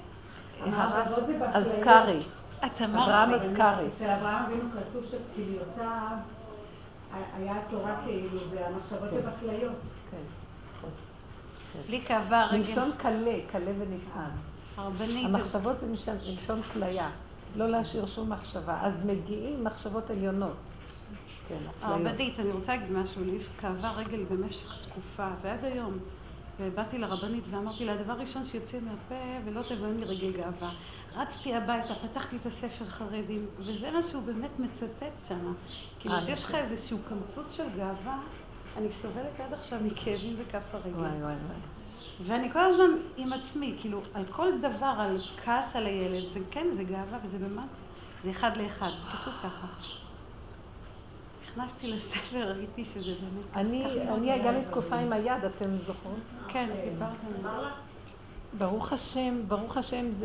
אזכרי, אברהם אזכרי. אצל אברהם אבינו כתוב שכליותיו היה תורה כאילו, והמחשבות זה בכליות. כן. לי כאבה רגל. מלשון כלה וניסן. המחשבות זה מלשון כליה, לא להשאיר שום מחשבה. אז מגיעים מחשבות עליונות. הרבנית, אני רוצה להגיד משהו, לי כאבה רגל במשך תקופה, ועד היום. ובאתי לרבנית ואמרתי לה, הדבר ראשון שיוצא מהפה ולא תבואם לי רגל גאווה. רצתי הביתה, פתחתי את הספר חרדים, וזה מה שהוא באמת מצטט שם. כאילו שיש לך איזשהו קמצות של גאווה, אני סובלת עד עכשיו מכאבים בכף הרגל. ואני כל הזמן עם עצמי, כאילו, על כל דבר, על כעס על הילד, זה כן, זה גאווה, וזה באמת, זה אחד לאחד, פשוט ככה. נכנסתי לספר, ראיתי שזה באמת... אני היה לי תקופה עם היד, אתם זוכרות? כן, סיפרתם. ברוך השם זה...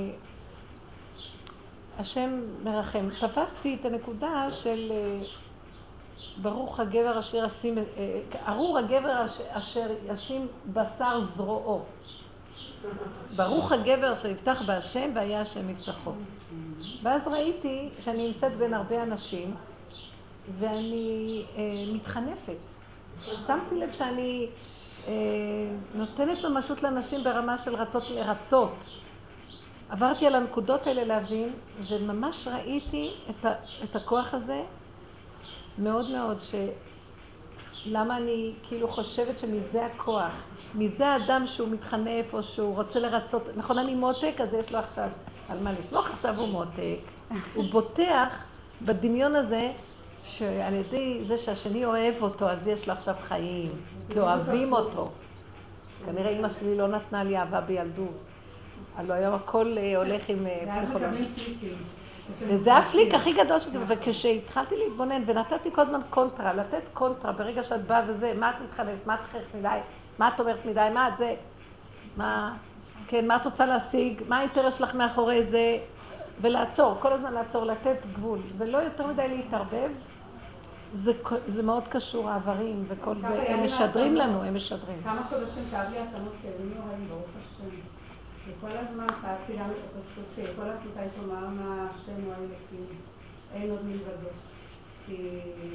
השם מרחם. תפסתי את הנקודה של ברוך הגבר אשר ישים... ארור הגבר אשר ישים בשר זרועו. ברוך הגבר אשר יפתח בהשם והיה השם יפתחו. ואז ראיתי שאני נמצאת בין הרבה אנשים, ואני מתחנפת. שמתי לב שאני נותנת ממשות לאנשים ברמה של רצות לרצות. עברתי על הנקודות האלה להבין, וממש ראיתי את הכוח הזה מאוד מאוד, למה אני כאילו חושבת שמזה הכוח, מזה האדם שהוא מתחנף או שהוא רוצה לרצות, נכון אני מותק, אז יש לו עכשיו על מה לסמוך, עכשיו הוא מותק, הוא בוטח בדמיון הזה, שעל ידי זה שהשני אוהב אותו, אז יש לו עכשיו חיים, כי אוהבים אותו. כנראה אמא שלי לא נתנה לי אהבה בילדות. הלוא היום הכל הולך עם פסיכולוגיה. מקבלים פליקים. וזה הפליק הכי גדול שלי, וכשהתחלתי להתבונן ונתתי כל הזמן קונטרה, לתת קונטרה ברגע שאת באה וזה, מה את מתחלפת, מה את חייכת מדי, מה את אומרת מדי, מה את זה, כן, מה את רוצה להשיג, מה האינטרס שלך מאחורי זה, ולעצור, כל הזמן לעצור, לתת גבול, ולא יותר מדי להתערבב. זה מאוד קשור, העברים וכל זה, הם משדרים לנו, הם משדרים. כמה חודשים כאב לי עצמות כאבים נוראים, ברוך השם. וכל הזמן צעקתי גם את הפסוק, כל הסוכה היא תאמר מה השם הוא האלוקים, אין עוד מלבדו. כי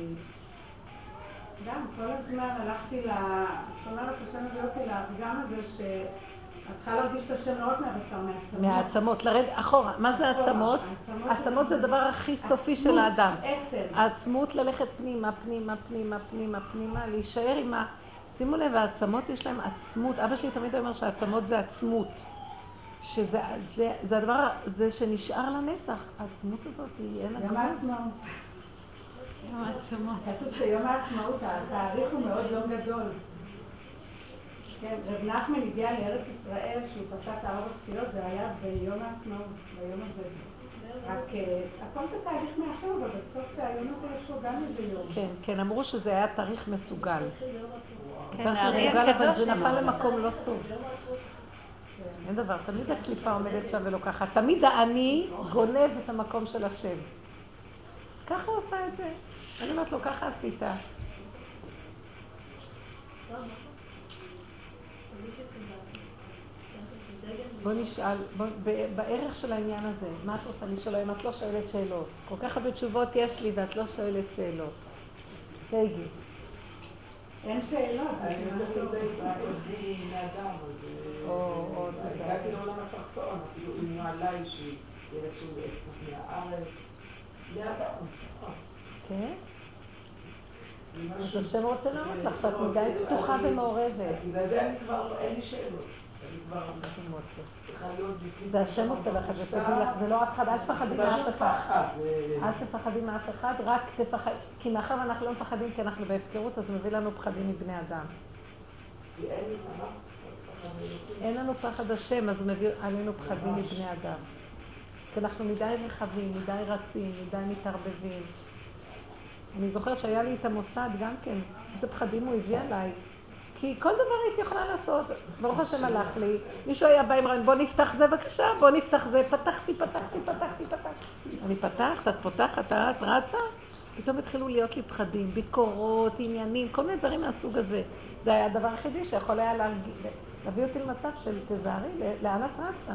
גם כל הזמן הלכתי זאת אומרת, השם הביא אותי לפגם הזה שאת צריכה להרגיש את השם לא רק מהבשר, מהעצמות. מהעצמות, לרד אחורה. מה זה העצמות? העצמות זה הדבר הכי סופי של האדם. העצמות ללכת פנימה, פנימה, פנימה, פנימה, פנימה, להישאר עם שימו לב, העצמות יש להם עצמות. אבא שלי תמיד אומר שהעצמות זה עצמות. שזה הדבר, זה שנשאר לנצח. העצמות הזאת היא אין יום העצמאות. יום העצמאות. כתוב שיום העצמאות, התאריך הוא מאוד יום גדול. כן, רב נחמן הגיע לארץ ישראל, שהוא פסק 4 תפילות, זה היה ביום העצמאות, ביום הזה. רק הכל זה תהליך מהשם, אבל בסוף היום הזה יש פה גם איזה יום. כן, כן, אמרו שזה היה תאריך מסוגל. כן, תאריך מסוגל, אבל זה נפל למקום לא טוב. אין דבר, תמיד הקליפה עומדת שם ולוקחת. תמיד האני גונב את המקום של השם. ככה עושה את זה. אני אומרת לו, ככה עשית. בוא נשאל, בערך של העניין הזה, מה את רוצה לשאול? אם את לא שואלת שאלות. כל כך הרבה תשובות יש לי ואת לא שואלת שאלות. תגידי. אין שאלות. אני לא יודעת מאדם, אז הגעתי לעולם התחתון, אפילו אימו עליי שיעשו מהארץ, לאדם. כן? אז השם רוצה לענות לך, שאת מדי פתוחה ומעורבת. בגלל זה אני כבר, אין לי שאלות. זה השם עושה לך, זה תגיד לך, זה לא אף אחד, אל תפחדי מאף אחד. אל תפחדי מאף אחד, רק תפחד, כי מאחר ואנחנו לא מפחדים כי אנחנו בהפקרות, אז הוא מביא לנו פחדים מבני אדם. אין לנו פחד השם, אז הוא מביא עלינו פחדים מבני אדם. כי אנחנו מדי רחבים, מדי רצים, מדי מתערבבים. אני זוכרת שהיה לי את המוסד גם כן, איזה פחדים הוא הביא עליי. כי כל דבר הייתי יכולה לעשות. ברוך השם הלך לי, מישהו היה בא עם רעיון, בוא נפתח זה בבקשה, בוא נפתח זה, פתחתי. אני פתחת, את פותחת, את רצה. פתאום התחילו להיות לי פחדים, ביקורות, עניינים, כל מיני דברים מהסוג הזה. זה היה הדבר היחידי שיכול היה להביא אותי למצב של תזהרי, לאן את רצה.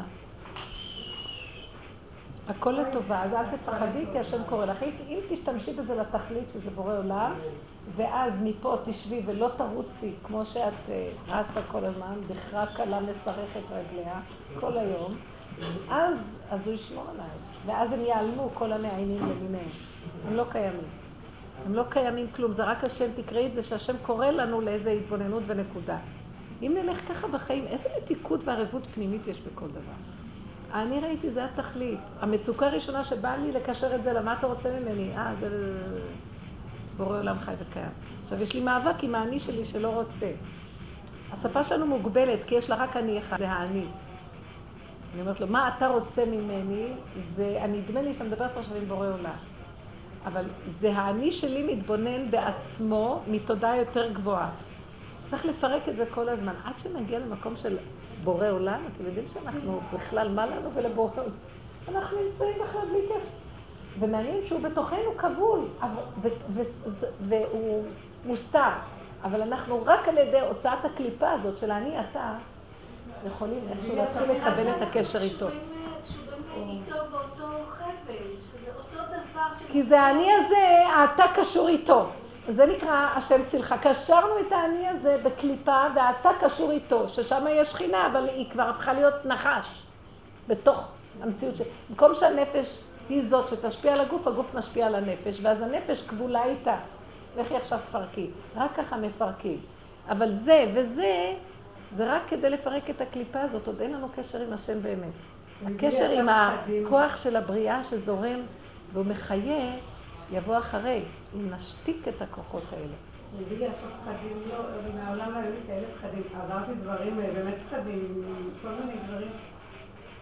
הכל לטובה, אז אל תפחדי כי השם קורא לך. אם תשתמשי בזה לתכלית שזה בורא עולם, ואז מפה תשבי ולא תרוצי כמו שאת רצה כל הזמן, בחרה קלה מסרכת רגליה כל היום, אז הוא ישמור עליי. ואז הם ייעלמו כל המאיימים למיניהם. הם לא קיימים. הם לא קיימים כלום, זה רק השם, תקראי את זה שהשם קורא לנו לאיזו התבוננות ונקודה. אם נלך ככה בחיים, איזה מתיקות וערבות פנימית יש בכל דבר. אני ראיתי, זה התכלית. המצוקה הראשונה שבאה לי לקשר את זה, למה אתה רוצה ממני? זה בורא עולם חי וקיים. עכשיו, יש לי מאבק עם האני שלי שלא רוצה. השפה שלנו מוגבלת, כי יש לה רק אני אחד, זה האני. אני אומרת לו, מה אתה רוצה ממני? אני נדמה לי שאני מדברת עכשיו עם בורא עולם. אבל זה האני שלי מתבונן בעצמו מתודעה יותר גבוהה. צריך לפרק את זה כל הזמן. עד שנגיע למקום של בורא עולם, אתם יודעים שאנחנו בכלל מה לנו ולבורא עולם? אנחנו נמצאים בכלל בלי קשר. ומעניין שהוא בתוכנו כבול, והוא מוסתר. אבל אנחנו רק על ידי הוצאת הקליפה הזאת של אני אתה, יכולים איכשהו להתחיל לקבל את הקשר איתו. קשורים איתו באותו חבל, שזה אותו דבר... כי זה האני הזה, אתה קשור איתו. זה נקרא השם צילך. קשרנו את האני הזה בקליפה ואתה קשור איתו, ששם יש שכינה, אבל היא כבר הפכה להיות נחש בתוך המציאות. במקום שהנפש היא זאת שתשפיע על הגוף, הגוף משפיע על הנפש, ואז הנפש כבולה איתה. לכי עכשיו תפרקי. רק ככה מפרקים. אבל זה וזה, זה רק כדי לפרק את הקליפה הזאת. עוד אין לנו קשר עם השם באמת. הקשר עם הכוח של הבריאה שזורם והוא מחיה, יבוא אחרי, אם נשתיק את הכוחות האלה. אני אגיד לי עכשיו פחדים, לא, מהעולם היו לי כאלה פחדים. עברתי דברים, באמת פחדים, כל מיני דברים.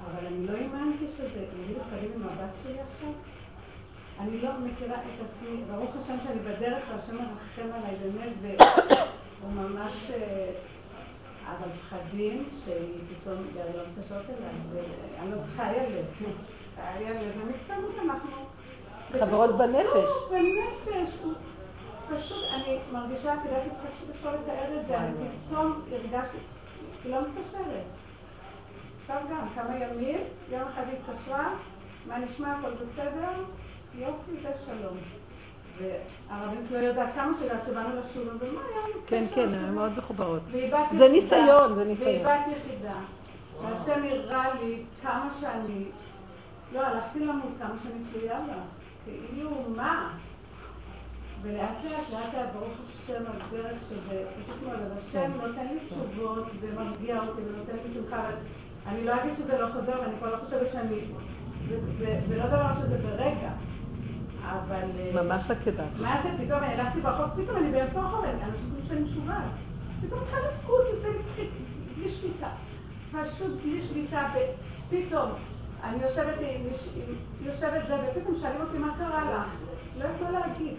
אבל אני לא האמנתי שזה, נגיד קדים עם הבת שלי עכשיו, אני לא מכירה את עצמי, ברוך השם שאני בדרך, והשם מרחם עליי באמת, והוא ממש, אבל פחדים שהיא פתאום, ירי לא מתקשרות אליי, ואני לא צריכה ילד, ומקצנות אנחנו... חברות בנפש. בנפש, פשוט, אני מרגישה, כדאי שצריך לשאול לתאר את זה, אני פתאום הרגשתי, היא לא מתקשרת. עכשיו גם, כמה ימים, יום אחד התקשרה, מה נשמע, הכל בסדר? יופי, זה שלום. והרבנית לא יודעת כמה שיודעת שבאנו לשול, ומה היה? כן, כן, הן מאוד מחוברות. זה ניסיון, זה ניסיון. והיא בת יחידה. והשם הראה לי כמה שאני, לא, הלכתי למות כמה שאני תלויה לה. כאילו, מה? ולאט לאט, ברוך השם, הדרך שזה פשוט מאוד, אבל השם נותן לי תשובות ומרגיע אותי ונותן לי שמחה, אבל אני לא אגיד שזה לא חוזר, ואני כבר לא חושבת שאני... זה לא דבר שזה ברגע, אבל... ממש עקדה. מה זה? פתאום אני הלכתי ברחוב, פתאום אני באמצע הרחוב, אנשים כמו שאני משוגעת. פתאום התחילה לפקוד, יוצא לי בלי שליטה. פשוט בלי שליטה, ופתאום אני יושבת זה, ופתאום שואלים אותי מה קרה לך. לא יכולה להגיד.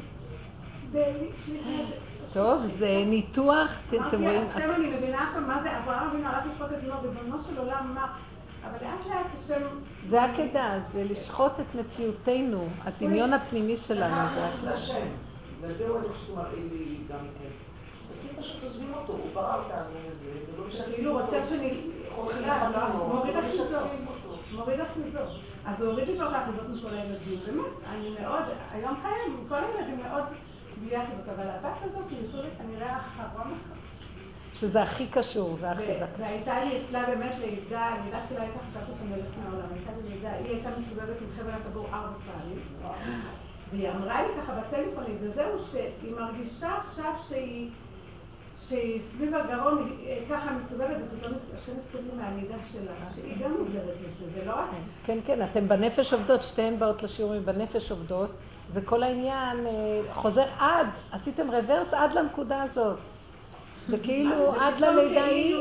טוב, זה ניתוח, אתם רואים... השם, אני מבינה עכשיו מה זה, אברהם אבינו הלך לשחוט את בנו, בבנו של עולם מה, אבל לאט לאט השם... זה עקדה, זה לשחוט את מציאותנו, הדמיון הפנימי שלנו. זה השם, וזהו אני חושב מראים לי גם הם. אז אם פשוט עוזבים אותו, הוא ברא אותנו, ולא משתפים אותו. כאילו, רוצה שאני... מוריד אחיזות. אז הוא הוריד לי כבר את האחיזות מכל הילדים. באמת, אני מאוד, היום חיים, כל הילדים מאוד בלי אחיזות, אבל הבת הזאת היא שולית, אני רואה אחרון אחר. שזה הכי קשור, זה הכי זק. והייתה לי אצלה באמת לידה, הלידה שלה הייתה חשבתי שאני הולכת מהעולם, הייתה לי לידה, היא הייתה מסובבת עם חבל הכדור 4 פעמים, והיא אמרה לי ככה בטלפון, זהו שהיא מרגישה עכשיו שהיא סביב הגרון, היא ככה מסובבת, ופתאום השם הסתובלי מהלידה שלה, שהיא גם עוברת את זה, זה לא רק... כן, כן, אתם בנפש עובדות, שתיהן באות לשיעורים בנפש עובדות, זה כל העניין, חוזר עד, עשיתם רוורס עד לנקודה הזאת. זה כאילו עד ללידה היא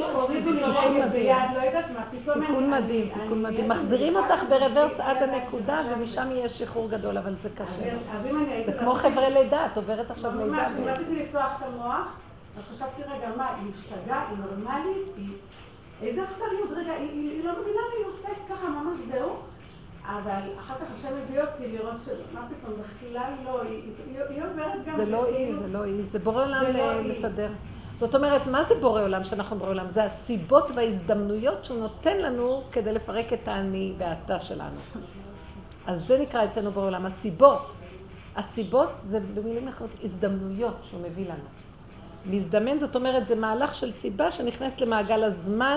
תיקון מדהים, תיקון מדהים. מחזירים אותך ברוורס עד הנקודה ומשם יהיה שחרור גדול, אבל זה קשה. זה כמו חבר'ה לידה, את עוברת עכשיו לידה. ממש, אם רציתי לפתוח את המוח, אז חשבתי רגע, מה, היא משתגעה, היא נורמלית, איזה אכזריות, רגע, היא לא מבינה מה היא עושה ככה, ממש זהו. אבל אחר כך השם הביא אותי לראות שמה פתאום, בכלל לא, היא עוברת גם... זה לא היא, זה לא היא, זה בורא עולם מסדר. זאת אומרת, מה זה בורא עולם שאנחנו בורא עולם? זה הסיבות וההזדמנויות שהוא נותן לנו כדי לפרק את האני והאתה שלנו. אז זה נקרא אצלנו בורא עולם, הסיבות. הסיבות זה במילים אחרות הזדמנויות שהוא מביא לנו. להזדמן זאת אומרת, זה מהלך של סיבה שנכנסת למעגל הזמן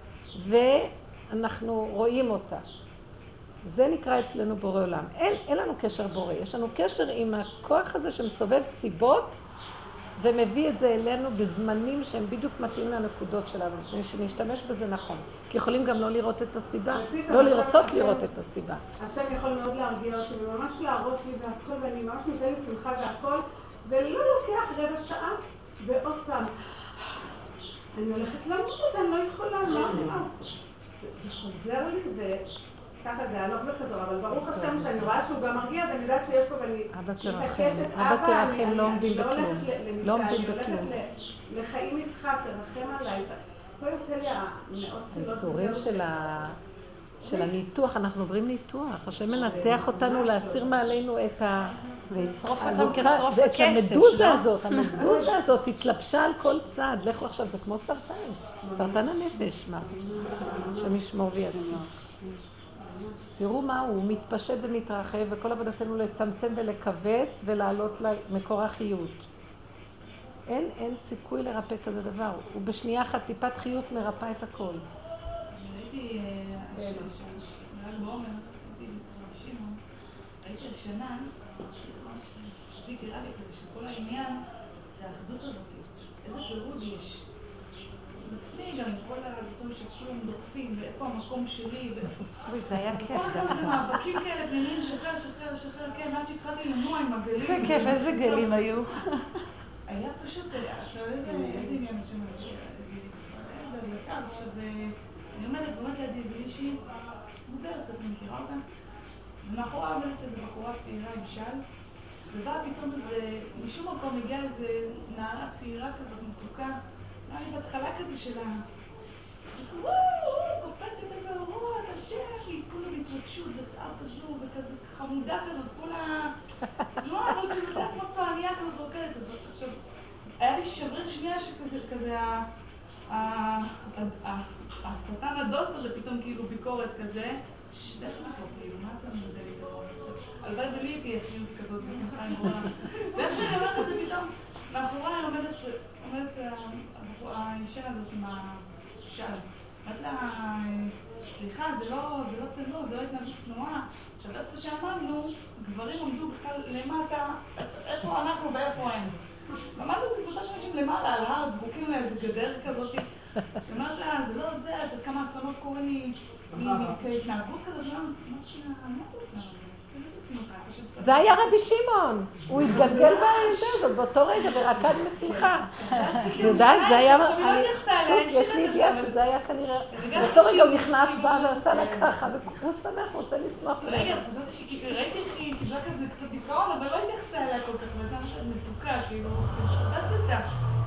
ואנחנו רואים אותה. זה נקרא אצלנו בורא עולם. אין לנו קשר בורא, יש לנו קשר עם הכוח הזה שמסובב סיבות ומביא את זה אלינו בזמנים שהם בדיוק מתאים לנקודות שלנו, שנשתמש בזה נכון. כי יכולים גם לא לראות את הסיבה, לא לרצות לראות את הסיבה. השם יכול מאוד להרגיע אותי וממש להראות לי והכל, ואני ממש נותן לי שמחה והכל, ולא לוקח רבע שעה, ועוד פעם, אני הולכת למות, אני לא יכולה, מה? זה חוזר לי, זה... ככה זה הלוך וחזור, אבל ברוך השם שאני רואה שהוא גם מרגיע, אז אני יודעת שיש פה ואני מתעקשת, אבא תרחם, לא עומדים בכלום. לא עומדים בכלום. אני הולכת לחיים איתך, תרחם עליי. פה יוצא לי המאות תפילות. האיסורים של הניתוח, אנחנו עוברים ניתוח. השם מנתח אותנו להסיר מעלינו את ה... ויצרוף אותם כצרוף הכסף. המדוזה הזאת, המדוזה הזאת התלבשה על כל צד. לכו עכשיו, זה כמו סרטן. סרטן הנפש, מה? שמשמור ויציב. תראו מה הוא מתפשט ומתרחב, וכל עבודתנו לצמצם ולכווץ ולעלות למקור החיות. אין סיכוי לרפא כזה דבר. ובשנייה אחת טיפת חיות מרפא את הכל. ראיתי מעל בעומר, ראיתי בצורה שמעון, ראיתי השנה, שפי תראה לי כזה שכל העניין זה האחדות הזאת. איזה פירוד יש. עצמי גם עם כל הדברים שכולם דוחפים, ואיפה המקום שלי, ואיפה... זה היה כיף. כל הזמן זה מאבקים כאלה, פנימיים, שחרר, כן, עד שהתחלתי לנוע עם הגלים. זה כיף, איזה גלים היו. היה פשוט, עכשיו איזה עניין השם הזה, איזה הדלקה, עכשיו, אני עומדת לידי איזה מישהי, מבוגרת, קצת מכירה אותה, ומאחורה עומדת איזו בחורה צעירה עם של, ובאה פתאום איזה, משום מקום הגיעה איזו נערה צעירה כזאת מתוקה, נראה לי בהתחלה כזה שלה, קופצת איזה אורות, השם, היא כולה בהתרגשות ושיער כזו וכזה חמודה כזאת, כולה צנועה, אבל כזה יודעת כמו צועניה כזאת רוקדת. עכשיו, היה לי שבריר שנייה שכזה, השטן הדוס הזה פתאום כאילו ביקורת כזה, שדך לך כאילו, מה אתה מודה לי דרום? הלוואי בלי תהיה חיות כזאת בשמחה עם בורא. ואיך שאני אומרת את זה פתאום, מאחוריי עומדת האישה הזאת עם השל. אמרת לה, סליחה, זה לא צנוע, זה לא התנהגות צנועה. עכשיו, איפה שאמרנו, גברים עומדו בכלל למטה, איפה אנחנו ואיפה הם. אמרנו, זו קבוצה של אנשים למעלה, על הר, דבוקים לאיזה גדר כזאת. אמרת לה, זה לא זה, כמה אסונות קוראים לי כהתנהגות כזאת. אמרתי לה, מה את רוצה? איזה שמחה. זה היה רבי שמעון, הוא התגלגל בעמדה הזאת באותו רגע ורקד משמחה. יודעת, זה היה, יש לי ידיעה שזה היה כנראה, באותו רגע הוא נכנס בה ועשה לה ככה, והוא שמח, הוא רוצה לשמח. רגע, אז חשבתי שראיתי איך היא קיבלה כזה קצת דיכאון, אבל לא התייחסה אליה כל כך, וזה מתוקה, כאילו, חשבתי אותה.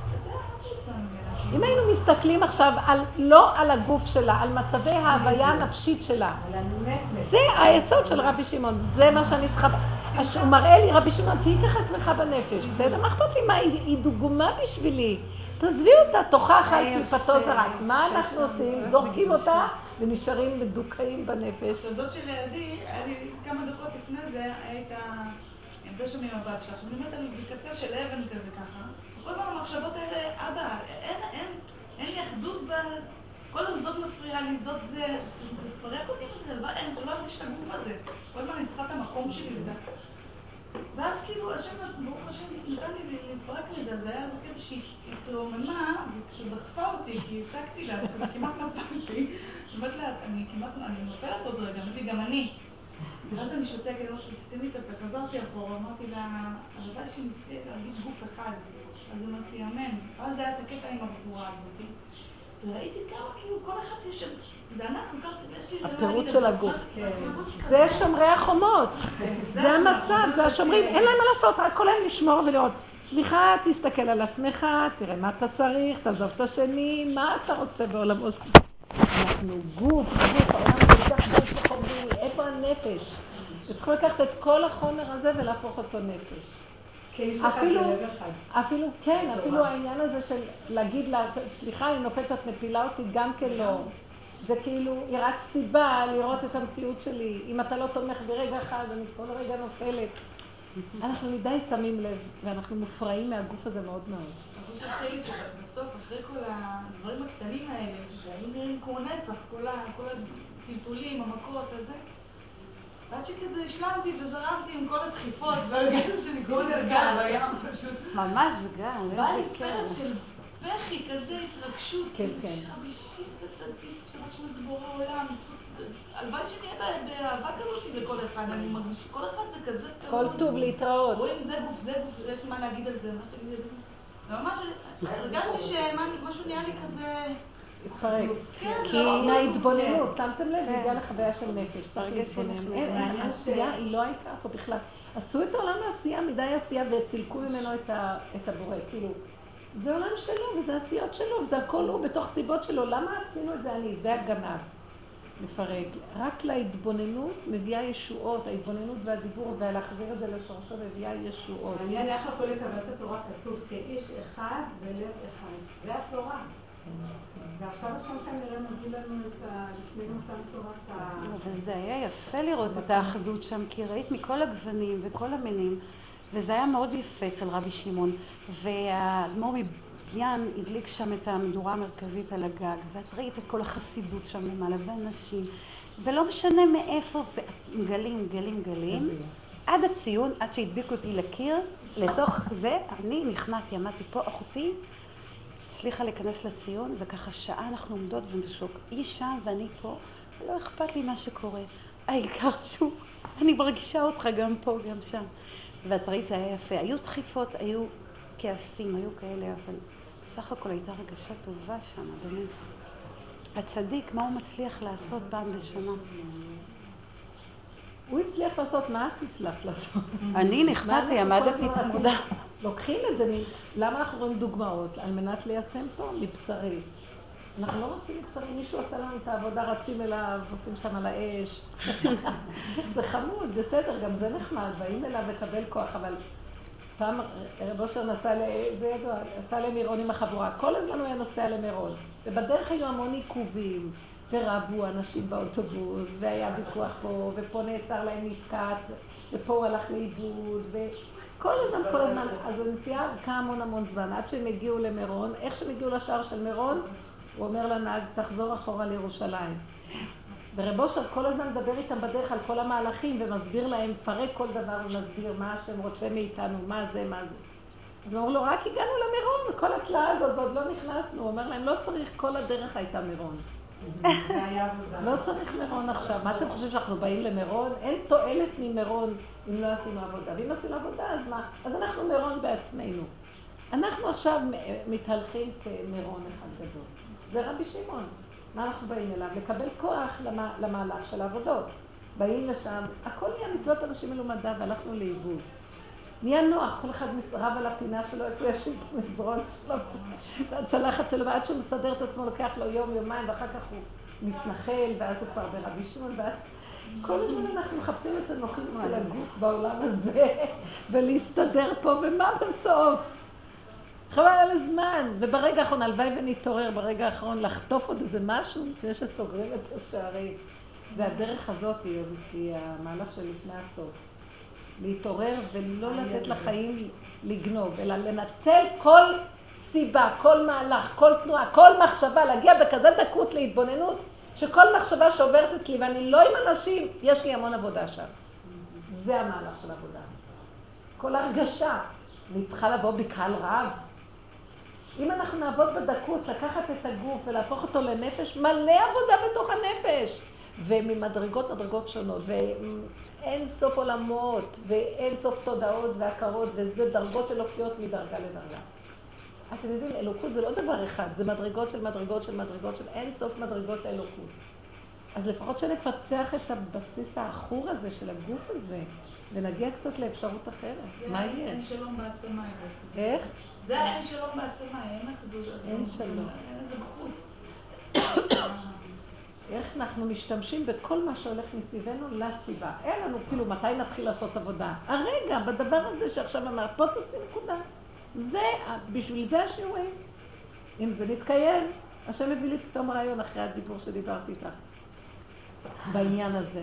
אם היינו מסתכלים עכשיו לא על הגוף שלה, על מצבי ההוויה הנפשית שלה, זה היסוד של רבי שמעון, זה מה שאני צריכה, הוא מראה לי רבי שמעון, תהי ככה שמחה בנפש, בסדר? מה אכפת לי מה היא דוגמה בשבילי? תעזבי אותה, תוכח על קליפתו זרק, מה אנחנו עושים? זורקים אותה ונשארים מדוכאים בנפש. זאת של לידי, היה לי כמה דקות לפני זה, הייתה עמדה שם עם הבת שלה, שאני אומרת על זה קצה של אבן כזה ככה, כל הזמן המחשבות האלה, אבא, אין לי אחדות כל הזאת מפריעה לי, זאת זה, תפרק אותי בזה, אין, לא ארגיש את הגוף הזה, כל הזמן אני צריכה את המקום שלי לדעת. ואז כאילו, השם, ברוך השם, נתן לי להתפרק מזה, אז היה איזה כזה שהיא התלוממה, וקצת דחפה אותי, כי הצגתי לה, אז כמעט נפלתי. אמרת לה, אני נופלת עוד רגע, אמרתי לי, גם אני. ואז אני שותקת, אמרתי, סתים לי את הפה, חזרתי אחורה, אמרתי לה, הלוואי שנזכה להרגיש גוף אחד. אז אמרתי לי, אמן. ואז היה את הקטע עם הבחורה הזאת. וראיתי כמה, כאילו, כל אחד יש... זה אנחנו, יש לי... הפירוט של הגוף. זה שומרי החומות. זה המצב, זה השומרים. אין להם מה לעשות, רק כל להם לשמור ולראות. סליחה, תסתכל על עצמך, תראה מה אתה צריך, תעזוב את השני, מה אתה רוצה בעולמו? אנחנו גוף, העולם כל כך גוף וחומרי, איפה הנפש? וצריכים לקחת את כל החומר הזה ולהפוך אותו נפש. אפילו כן, אפילו העניין הזה של להגיד לה, סליחה, אני נופלת, את מפילה אותי, גם כן לא. זה כאילו, היא רק סיבה לראות את המציאות שלי. אם אתה לא תומך ברגע אחד, אני כל רגע נופלת. אנחנו מדי שמים לב, ואנחנו מופרעים מהגוף הזה מאוד מאוד. אני חושבת לי שבסוף, אחרי כל הדברים הקטנים האלה, שהיו נראים כמו נצח, כל הטלטולים, המכות הזה, ועד שכזה השלמתי וזרמתי עם כל הדחיפות, והרגשתי שאני כל נרגע, והיה פשוט... ממש גל, איזה פרץ של בכי כזה, התרגשות, שרבישים צצדית, שרק שמזה בורא העולם, הלוואי שנהיה באהבה כזאת לכל אחד, אני מרגיש שכל אחד זה כזה... כל טוב להתראות. רואים, זה גוף, יש לי מה להגיד על זה, מה שתגיד על זה. וממש הרגשתי שמשהו נהיה לי כזה... התפרק. כי מההתבוננות, שמתם לב, זה הגיע לחוויה של נפש, צריך להתבונן. העשייה היא לא הייתה פה בכלל. עשו את העולם העשייה, מדי עשייה, וסילקו ממנו את הבורא. כאילו, זה עולם שלו, וזה עשיות שלו, וזה הכל הוא בתוך סיבות שלו. למה עשינו את זה אני? זה הגנב. מפרק. רק להתבוננות מביאה ישועות, ההתבוננות והדיבור, ולהחזיר את זה לשורשו מביאה ישועות. אני איך יכול לקבל את התורה כתוב כאיש אחד ולב אחד. זה התורה. ועכשיו השם כנראה מביא לנו לפני מתן תורת וזה היה יפה לראות את האחדות שם, כי ראית מכל הגוונים וכל המינים, וזה היה מאוד יפה אצל רבי שמעון. והאדמו"ר מבליין הדליק שם את המדורה המרכזית על הגג, ואת ראית את כל החסידות שם למעלה, ואנשים, ולא משנה מאיפה, גלים, עד הציון, עד שהדביקו אותי לקיר, לתוך זה אני נכנעתי, עמדתי פה, אחותי, הצליחה להיכנס לציון, וככה שעה אנחנו עומדות ונשוק. היא שם ואני פה, ולא אכפת לי מה שקורה. העיקר שהוא, אני מרגישה אותך גם פה, גם שם. ואת ראית, זה היה יפה. היו דחיפות, היו כעסים, היו כאלה, אבל סך הכל הייתה רגשה טובה שם, באמת. הצדיק, מה הוא מצליח לעשות פעם בשנה? הוא הצליח לעשות, מה את הצלחת לעשות? אני נחתתי, עמדתי צמודה. לוקחים את זה, למה אנחנו רואים דוגמאות? על מנת ליישם פה מבשרי. אנחנו לא רוצים מבשרי, מישהו עשה לנו את העבודה, רצים אליו, עושים שם על האש. זה חמוד, בסדר, גם זה נחמד, באים אליו לקבל כוח, אבל פעם רב אושר נסע, זה ידוע, נסע למירון עם החבורה, כל הזמן הוא היה נוסע למירון, ובדרך היו המון עיכובים, ורבו אנשים באוטובוס, והיה ויכוח פה, ופה נעצר להם נפקעת, ופה הוא הלך לאיבוד, וכל הזמן, אז הנסיעה ארכה המון זמן, עד שהם הגיעו למירון, איך שהם הגיעו לשער של מירון, הוא אומר לנהג, תחזור אחורה לירושלים. ורב אושר כל הזמן מדבר איתם בדרך על כל המהלכים, ומסביר להם, פרק כל דבר ומסביר מה השם רוצה מאיתנו, מה זה. אז הוא אומר לו, רק הגענו למירון, כל התלאה הזאת, ועוד לא נכנסנו. הוא אומר להם, לא צריך, כל הדרך הייתה מירון. לא צריך מירון עכשיו. מה אתם חושבים שאנחנו באים למירון? אין תועלת ממירון אם לא עשינו עבודה. ואם עשינו עבודה, אז מה? אז אנחנו מירון בעצמנו. אנחנו עכשיו מתהלכים כמירון אחד גדול. זה רבי שמעון. מה אנחנו באים אליו? לקבל כוח למהלך של העבודות. באים לשם, הכל נהיה מצוות אנשים מלומדה, והלכנו לאיבוד. נהיה נוח, כל אחד רב על הפינה שלו, איפה יש את המזרון שלו, והצלחת שלו, ועד שהוא מסדר את עצמו, לוקח לו יום, יומיים, ואחר כך הוא מתנחל, ואז הוא כבר ברבי שמעון, ואז כל הזמן אנחנו מחפשים את הנוחיות של הגוף בעולם הזה, ולהסתדר פה, ומה בסוף? חבל על הזמן, וברגע האחרון, הלוואי ונתעורר ברגע האחרון לחטוף עוד איזה משהו, לפני שסוגרים את השערים. והדרך הזאת היא המהלך של לפני הסוף. להתעורר ולא לתת לחיים לגנוב, אלא לנצל כל סיבה, כל מהלך, כל תנועה, כל מחשבה, להגיע בכזה דקות להתבוננות, שכל מחשבה שעוברת אצלי, ואני לא עם אנשים, יש לי המון עבודה שם. זה המהלך של העבודה. כל הרגשה, אני צריכה לבוא בקהל רב. אם אנחנו נעבוד בדקות, לקחת את הגוף ולהפוך אותו לנפש, מלא עבודה בתוך הנפש. וממדרגות שונות, ואין סוף עולמות, ואין סוף תודעות והכרות, וזה דרגות אלוקיות מדרגה לדרגה. אתם יודעים, אלוקות זה לא דבר אחד, זה מדרגות של אין סוף מדרגות האלוקות. אז לפחות שנפצח את הבסיס האחור הזה של הגוף הזה, ונגיע קצת לאפשרות אחרת. מה יהיה? אין שלום בעצמה. איך? זה אין שלום בעצמה, אין אחדות. אין שלום. אין איזה בחוץ. איך אנחנו משתמשים בכל מה שהולך מסביבנו לסיבה. אין לנו, כאילו, מתי נתחיל לעשות עבודה? הרגע, בדבר הזה שעכשיו אמרת, פה תשים נקודה. בשביל זה השיעורים. אם זה מתקיים, השם מביא לי פתאום רעיון אחרי הדיבור שדיברתי איתך. בעניין הזה.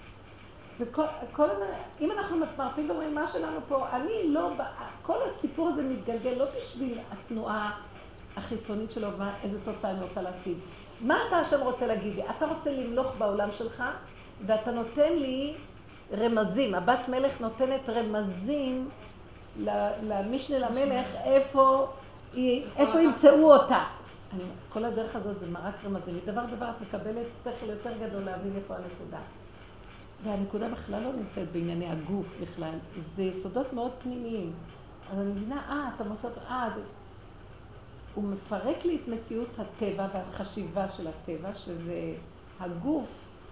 אם אנחנו מרפים ואומרים מה שלנו פה, כל הסיפור הזה מתגלגל לא בשביל התנועה החיצונית שלו, איזה תוצאה אני רוצה להשיג. מה אתה השם רוצה להגיד לי? אתה רוצה למלוך בעולם שלך, ואתה נותן לי רמזים. הבת מלך נותנת רמזים למשנה למלך, איפה ימצאו אותה. כל הדרך הזאת זה רק רמזים. מדבר את מקבלת שכל יותר גדול להבין איפה הנקודה. והנקודה בכלל לא נמצאת בענייני הגוף בכלל. זה יסודות מאוד פנימיים. אז אני מבינה, אתה מוסד, הוא מפרק לי את מציאות הטבע והחשיבה של הטבע, שזה הגוף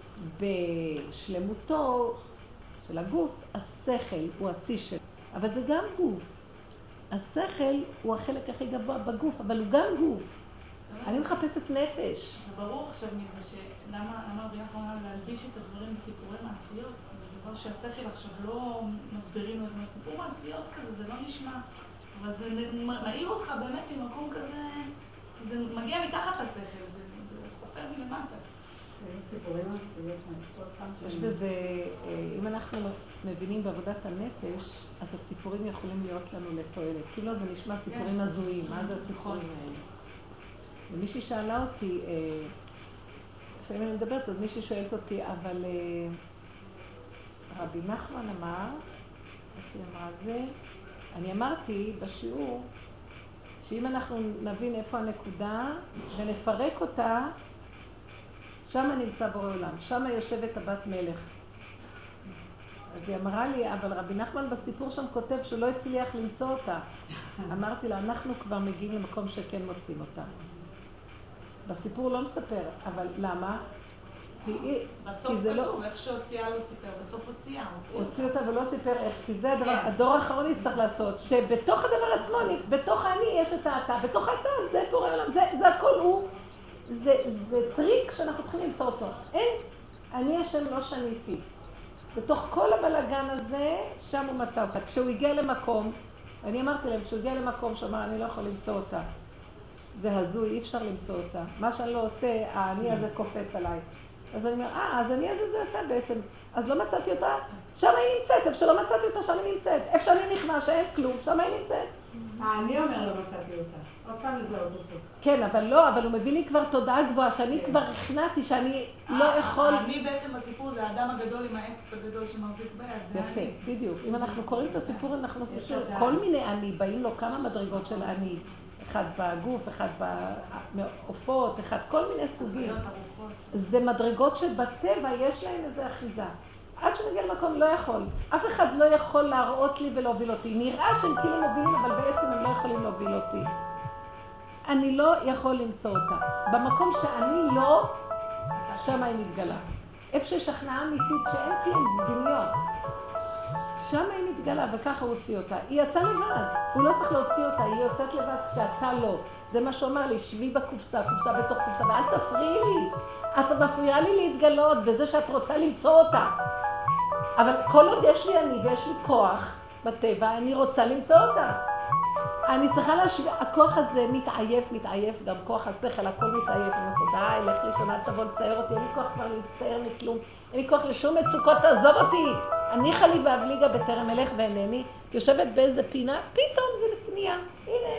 בשלמותו של הגוף, השכל הוא השיא שלו, אבל זה גם גוף. השכל הוא החלק הכי גבוה בגוף, אבל הוא גם גוף. אני מחפשת נפש. זה ברור עכשיו מזה למה רבי יכולה להלביש את הדברים בסיפורי מעשיות. זה דבר שהשכל עכשיו לא מסבירים לו, זה סיפור מעשיות כזה, זה לא נשמע. אבל זה מעיר אותך באמת ממקום כזה, זה מגיע מתחת לשכל, זה חופר מלמטה. סיפורים מעשיות, יש בזה, אם אנחנו מבינים בעבודת הנפש, אז הסיפורים יכולים להיות לנו לתועלת. כאילו זה נשמע סיפורים הזויים, מה זה הסיפורים האלה? ומישהי שאלה אותי, לפעמים אני מדברת, אז מישהי שואלת אותי, אבל רבי נחמן אמר, איך היא אמרה זה? אני אמרתי בשיעור שאם אנחנו נבין איפה הנקודה ונפרק אותה, שם נמצא בורא עולם, שם יושבת הבת מלך. אז היא אמרה לי, אבל רבי נחמן בסיפור שם כותב שלא הצליח למצוא אותה. אמרתי לה, אנחנו כבר מגיעים למקום שכן מוצאים אותה. בסיפור לא מספר, אבל למה? בסוף כתוב, איך שהוציאה לא סיפר, בסוף הוציאה. הוציא אותה ולא סיפר איך, כי זה הדור האחרון יצטרך לעשות, שבתוך הדבר עצמו, בתוך אני יש את האתה, בתוך האתה זה בורא עולם, זה הכל הוא, זה טריק שאנחנו צריכים למצוא אותו. אין, אני השם לא שניתי. בתוך כל הבלגן הזה, שם הוא מצא אותה. כשהוא הגיע למקום, אני אמרתי להם, כשהוא הגיע למקום שאמר, אני לא יכול למצוא אותה. זה הזוי, אי אפשר למצוא אותה. מה שאני לא עושה, האני הזה קופץ עליי. אז אני אומר, אז אני הזה זה אתה בעצם. אז לא מצאתי אותה, שם היא נמצאת. איפה שלא מצאתי אותה, שם היא נמצאת. איפה שאני נכנע, שאין כלום, שם היא נמצאת. אני אומר לא מצאתי אותה. עוד פעם לזהות אותו. כן, אבל לא, אבל הוא מביא לי כבר תודעה גבוהה, שאני כבר הכנעתי, שאני לא יכול... אני בעצם בסיפור זה האדם הגדול עם העץ הגדול שמחזיק ביד. יפה, בדיוק. אם אנחנו קוראים את הסיפור, אנחנו חושבים כל מיני אני, באים לו כמה מדרגות של אני. אחד בגוף, אחד בעופות, אחד כל מיני סוגים. זה מדרגות שבטבע יש להם איזו אחיזה. עד שנגיע למקום לא יכול. אף אחד לא יכול להראות לי ולהוביל אותי. נראה שהם כאילו מובילים, אבל בעצם הם לא יכולים להוביל אותי. אני לא יכול למצוא אותה. במקום שאני לא, שם היא מתגלה. איפה שיש הכנעה אמיתית שאין כלום, זה דמיון. שם היא מתגלה, וככה הוא הוציא אותה. היא יצאה לבד, הוא לא צריך להוציא אותה, היא יוצאת לבד כשאתה לא. זה מה שהוא אמר לי, שבי בקופסה, קופסה בתוך קופסה, ואל תפריעי לי. את מפריעה לי להתגלות בזה שאת רוצה למצוא אותה. אבל כל עוד יש לי אני ויש לי כוח בטבע, אני רוצה למצוא אותה. אני צריכה להשווה, הכוח הזה מתעייף, גם כוח השכל, הכל מתעייף. אני אומרת, די, לך לישון, אל תבוא לצייר אותי, אין לי כוח כבר להצטער מכלום. אין לי כוח לשום מצוקות, תעזוב אותי. אני חלי ואבליגה בטרם אלך ואינני, יושבת באיזה פינה, פתאום זה נהיה, הנה.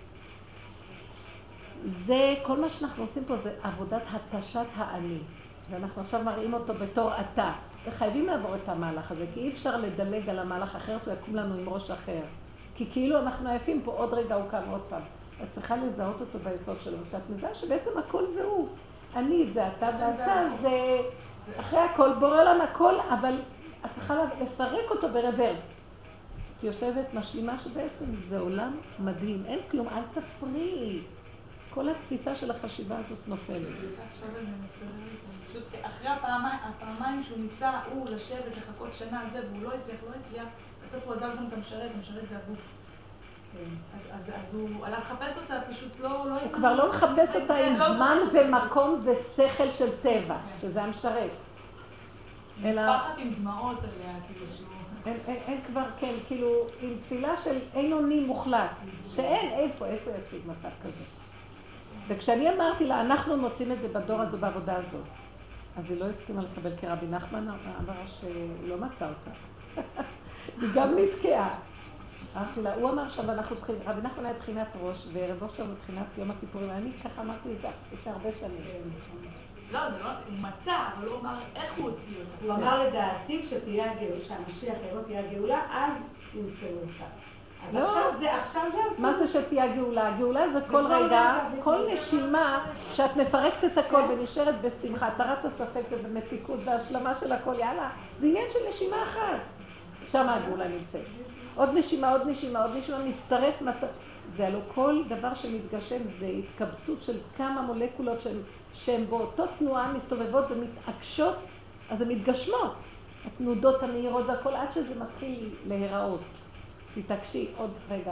זה, כל מה שאנחנו עושים פה זה עבודת התשת האני. ואנחנו עכשיו מראים אותו בתור אתה. וחייבים לעבור את המהלך הזה, כי אי אפשר לדלג על המהלך אחרת, הוא יקום לנו עם ראש אחר. כי כאילו אנחנו עייפים פה, עוד רגע הוא קם עוד פעם. את צריכה לזהות אותו ביסוד שלו, כשאת מזהה שבעצם הכל זה הוא. אני זה אתה ואתה, זה אחרי הכל, בורא עולם הכל, אבל את צריכה לפרק אותו ברוורס. את יושבת משלימה שבעצם זה עולם מדהים, אין כלום, אל תפריעי. כל התפיסה של החשיבה הזאת נופלת. עכשיו אני מסתדרת, פשוט אחרי הפעמיים שהוא ניסה, הוא לשבת, לחכות שנה זה, והוא לא הצליח, בסוף הוא עזב גם את המשרת זה הגוף. אז הוא הלך לחפש אותה, פשוט לא... הוא כבר לא מחפש אותה עם זמן ומקום ושכל של טבע, שזה המשרת. משפחת עם דמעות עליה, כאילו שהוא... אין כבר, כן, כאילו, עם תפילה של אין אוני מוחלט, שאין, איפה ישיג מצב כזה. וכשאני אמרתי לה, אנחנו מוצאים את זה בדור הזה, בעבודה הזאת, אז היא לא הסכימה לקבל, כי רבי נחמן אמר שלא מצא אותה. היא גם נתקעה. אמרתי לה, הוא אמר שם, אנחנו צריכים, רבי נחמן היה בחינת ראש, ורבו שם בבחינת יום הכיפורים, אני ככה אמרתי את זה לפני הרבה שנים. לא, זה לא, הוא מצא, אבל הוא אמר איך הוא הוציא אותה. הוא אמר לדעתי, כשתהיה הגאולה, שהמשיח לא תהיה הגאולה, אז ימצאו אותה. אז עכשיו זה... מה זה שתהיה הגאולה? הגאולה זה כל רגע, כל נשימה שאת מפרקת את הכל ונשארת בשמחה, התרת הספק ובמתיקות והשלמה של הכל, יאללה, זה עניין של נשימה אחת. שם הגאולה נמצאת. עוד נשימה, מצטרף מצב. זה הלוא כל דבר שמתגשם זה התקבצות של כמה מולקולות שהן באותו תנועה מסתובבות ומתעקשות, אז הן מתגשמות. התנודות המהירות והכל עד שזה מתחיל להיראות. תתעקשי עוד רגע.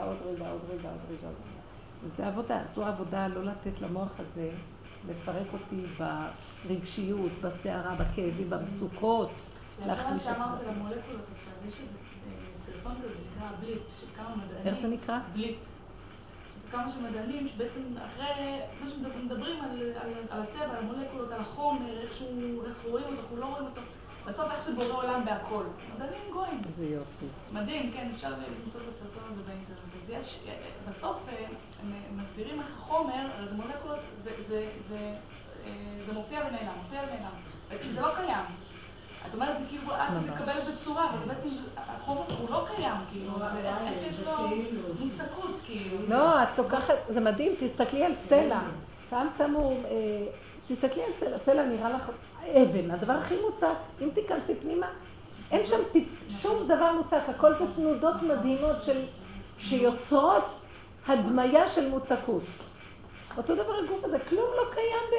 זה עבודה, זו עבודה לא לתת למוח הזה לפרק אותי ברגשיות, בסערה, בכאבים, במצוקות. לאחר שאמרת למולקולות עכשיו, יש איזה סרטון כזה שנקרא בליפ, של כמה מדענים. איך זה נקרא? בליפ. כמה שמדענים שבעצם אחרי מה שמדברים על הטבע, על המולקולות, על החומר, איך רואים אותו, אנחנו לא רואים אותו. בסוף איך שבורא עולם בהכל. מדענים גויים. זה יופי. מדהים, כן, אפשר למצוא את הסרטון הזה באינטרנט. אז יש, בסוף הם מסבירים איך החומר, הרי זה מולקולות, זה מופיע ונעלם. בעצם זה לא קיים. את אומרת, זה כאילו, אז זה מקבל איזו צורה, אבל בעצם החומר הוא לא קיים, כאילו, איך יש לו מוצקות, כאילו. לא, את לוקחת, זה מדהים, תסתכלי על סלע. פעם שמו, תסתכלי על סלע, סלע נראה לך אבן, הדבר הכי מוצק. אם תיכנסי פנימה, אין שם שום דבר מוצק, הכל זה תנודות מדהימות שיוצרות הדמיה של מוצקות. אותו דבר הגוף הזה, כלום לא קיים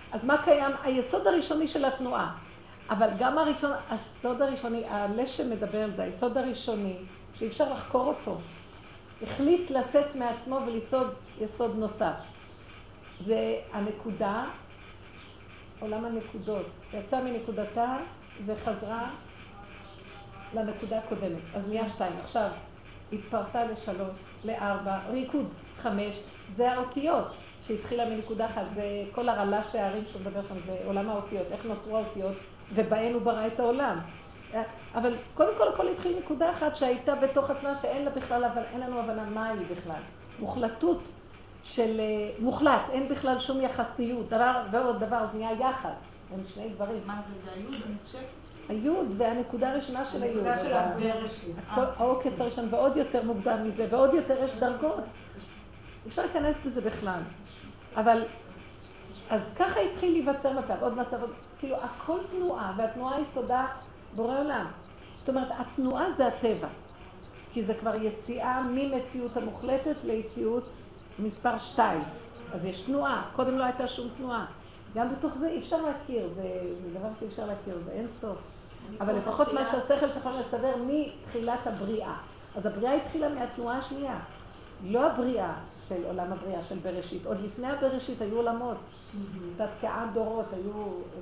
אז מה קיים? היסוד הראשוני של התנועה. אבל גם הסוד הראשוני, הלשם מדבר על זה, היסוד הראשוני, שאי אפשר לחקור אותו. החליט לצאת מעצמו וליצוד יסוד נוסף. זה הנקודה, עולם הנקודות. יצאה מנקודתה וחזרה לנקודה הקודמת. אז נהיה 2. עכשיו, התפרסה ל3, ל4, ריקוד 5, זה האותיות שהתחילה מנקודה אחת. זה כל הרעלה שהערים שהוא מדבר שם, זה עולם האותיות, איך נוצרו האותיות, ובהן הוא ברא את העולם. אבל קודם כל הכל התחיל נקודה אחת שהייתה בתוך עצמה שאין לה בכלל, אבל אין לנו הבנה מה היא בכלל. מוחלטות של מוחלט, אין בכלל שום יחסיות, דבר ועוד דבר, זה נהיה יחס בין שני דברים. מה זה? זה היוד המופשט? היוד והנקודה הראשונה של היוד. הנקודה של הבראשית. העוקץ הראשון ועוד יותר מוקדם מזה, ועוד יותר יש דרגות. אפשר להיכנס בזה בכלל. אבל, אז ככה התחיל להיווצר מצב, עוד מצב, כאילו הכל תנועה, והתנועה יסודה בורא עולם. זאת אומרת, התנועה זה הטבע. כי זה כבר יציאה ממציאות המוחלטת ליציאות מספר 2. אז יש תנועה, קודם לא הייתה שום תנועה. גם בתוך זה אי אפשר להכיר, זה דבר שאי אפשר להכיר, זה אין סוף. אבל לפחות מה שהשכל שלך לסדר מתחילת הבריאה. אז הבריאה התחילה מהתנועה השנייה. לא הבריאה של עולם הבריאה, של בראשית. עוד לפני הבראשית היו עולמות. תתקעת דורות, היו...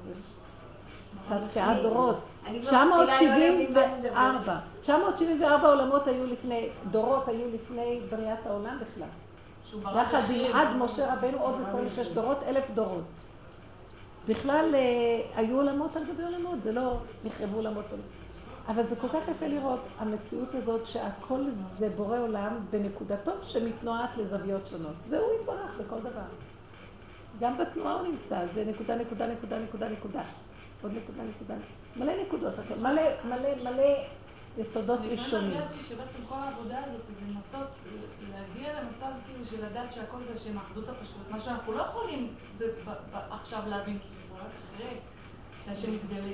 תתקעת דורות. 974 עולמות היו לפני, דורות היו לפני בריאת העולם בכלל. יחד עם עד משה רבנו עוד 26 דורות, 1000 דורות. בכלל היו עולמות על גבי עולמות, זה לא נחרבו עולמות. אבל זה כל כך יפה לראות המציאות הזאת שהכל זה בורא עולם בנקודתו שמתנועת לזוויות שונות. זהו יתברך בכל דבר. גם בתנועה הוא נמצא, זה נקודה, נקודה, נקודה, נקודה, נקודה. עוד נקודה, נקודה. מלא נקודות, מלא יסודות ראשונים. אני מרגיש שבעצם כל העבודה הזאת זה לנסות להגיע למצב כאילו של לדעת שהכל זה השם האחדות הפשוט. מה שאנחנו לא יכולים עכשיו להבין, כאילו, רק אחרי שהשם מתגלה.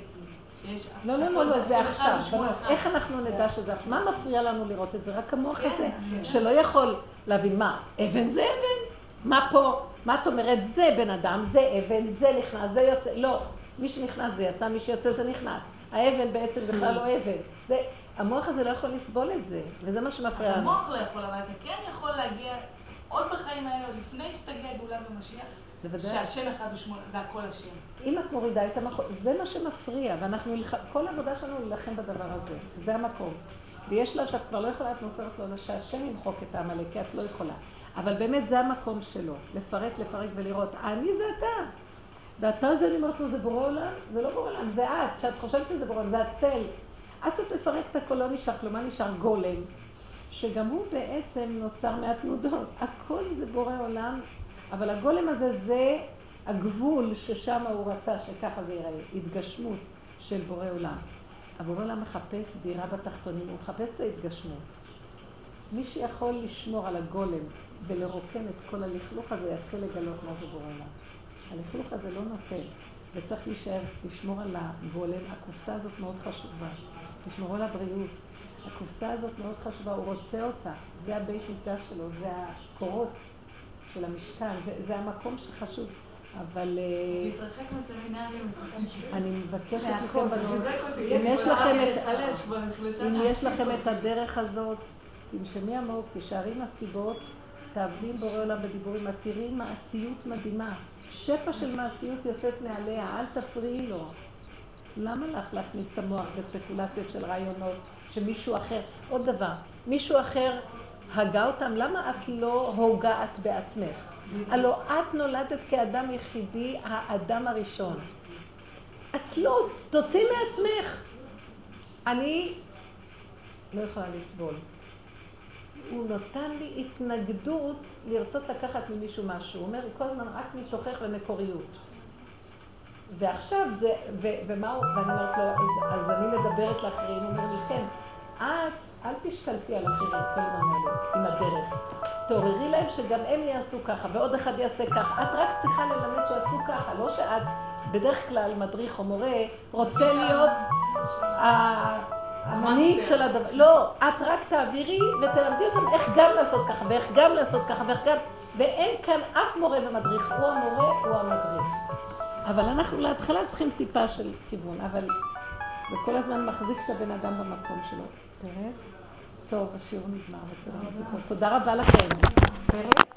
לא, זה עכשיו. איך אנחנו נדע שזה עכשיו? מה מפריע לנו לראות את זה? רק המוח הזה, שלא יכול להבין מה. אבן זה אבן. מה פה? מה את אומרת? זה בן אדם, זה אבן, זה נכנס, זה יוצא. לא. מי שנכנס זה יצא, מי שיוצא זה נכנס. האבן בעצם בכלל לא אבן. המוח הזה לא יכול לסבול את זה, וזה מה שמפריע לנו. אז המוח לא יכול, אבל אתה כן יכול להגיע עוד בחיים האלה, לפני שתגיע גאולה במשיח, שהשם אחד ושמו, והכל השם. אם את מורידה את המקום, זה מה שמפריע, ואנחנו, כל העבודה שלנו היא להילחם בדבר הזה, זה המקום. ויש לה שאת כבר לא יכולה, את מוסרת לו, שהשם ימחוק את העמלק, כי את לא יכולה. אבל באמת זה המקום שלו, לפרק ולראות, אני זה אתה. ואתה זה, אני אומרת לו, זה בורא עולם? זה לא בורא עולם, זה את. כשאת חושבת שזה בורא עולם, זה הצל. עד שאת מפרקת הכל לא נשאר, כלומר נשאר גולם, שגם הוא בעצם נוצר מהתנודות. הכל זה בורא עולם, אבל הגולם הזה זה הגבול ששם הוא רצה שככה זה ייראה, התגשמות של בורא עולם. הבורא עולם מחפש דירה בתחתונים, הוא מחפש את ההתגשמות. מי שיכול לשמור על הגולם ולרוקן את כל הלכלוך הזה, יתחיל לגלות מה זה בורא עולם. הלכלוך הזה לא נופל, וצריך לשמור על הגולם. הקופסה הזאת מאוד חשובה. תשמרו על הבריאות. הקופסה הזאת מאוד חשובה, הוא רוצה אותה. זה הבית מקדש שלו, זה הקורות של המשכן, זה המקום שחשוב. אבל... להתרחק מהסמינרים. אני מבקשת לכם בנות, אם יש לכם את הדרך הזאת, תנשמי עמוק, תישארי עם הסיבות, תעבדי עם בורא עולם בדיבורים, את תראי מעשיות מדהימה. שפע של מעשיות יוצאת מעליה, אל תפריעי לו. למה לך להכניס את המוח בספקולציות של רעיונות שמישהו אחר, עוד דבר, מישהו אחר הגה אותם, למה את לא הוגעת בעצמך? הלוא את נולדת כאדם יחידי, האדם הראשון. עצלות, תוציא מעצמך. אני לא יכולה לסבול. הוא נותן לי התנגדות לרצות לקחת ממישהו משהו. הוא אומר, כל הזמן רק מתוכך ומקוריות. ועכשיו זה, ומה הוא, ואני אומרת לו, אז אני מדברת לאחרים, הוא אומר לי, כן, אל תשקלתי על אחרים, כל הזמן האלה, עם הדרך. תעוררי להם שגם הם יעשו ככה, ועוד אחד יעשה ככה. את רק צריכה ללמד שיעשו ככה, לא שאת בדרך כלל מדריך או מורה רוצה להיות המנהיג של הדבר. לא, את רק תעבירי ותלמדי אותם איך גם לעשות ככה, ואיך גם לעשות ככה, ואיך גם... ואין כאן אף מורה ומדריך, הוא המורה, הוא המדריך. אבל אנחנו להתחלה צריכים טיפה של כיוון, אבל זה כל הזמן מחזיק את הבן אדם במקום שלו. פרץ? טוב, השיעור נגמר, תודה רבה לכם. פרץ?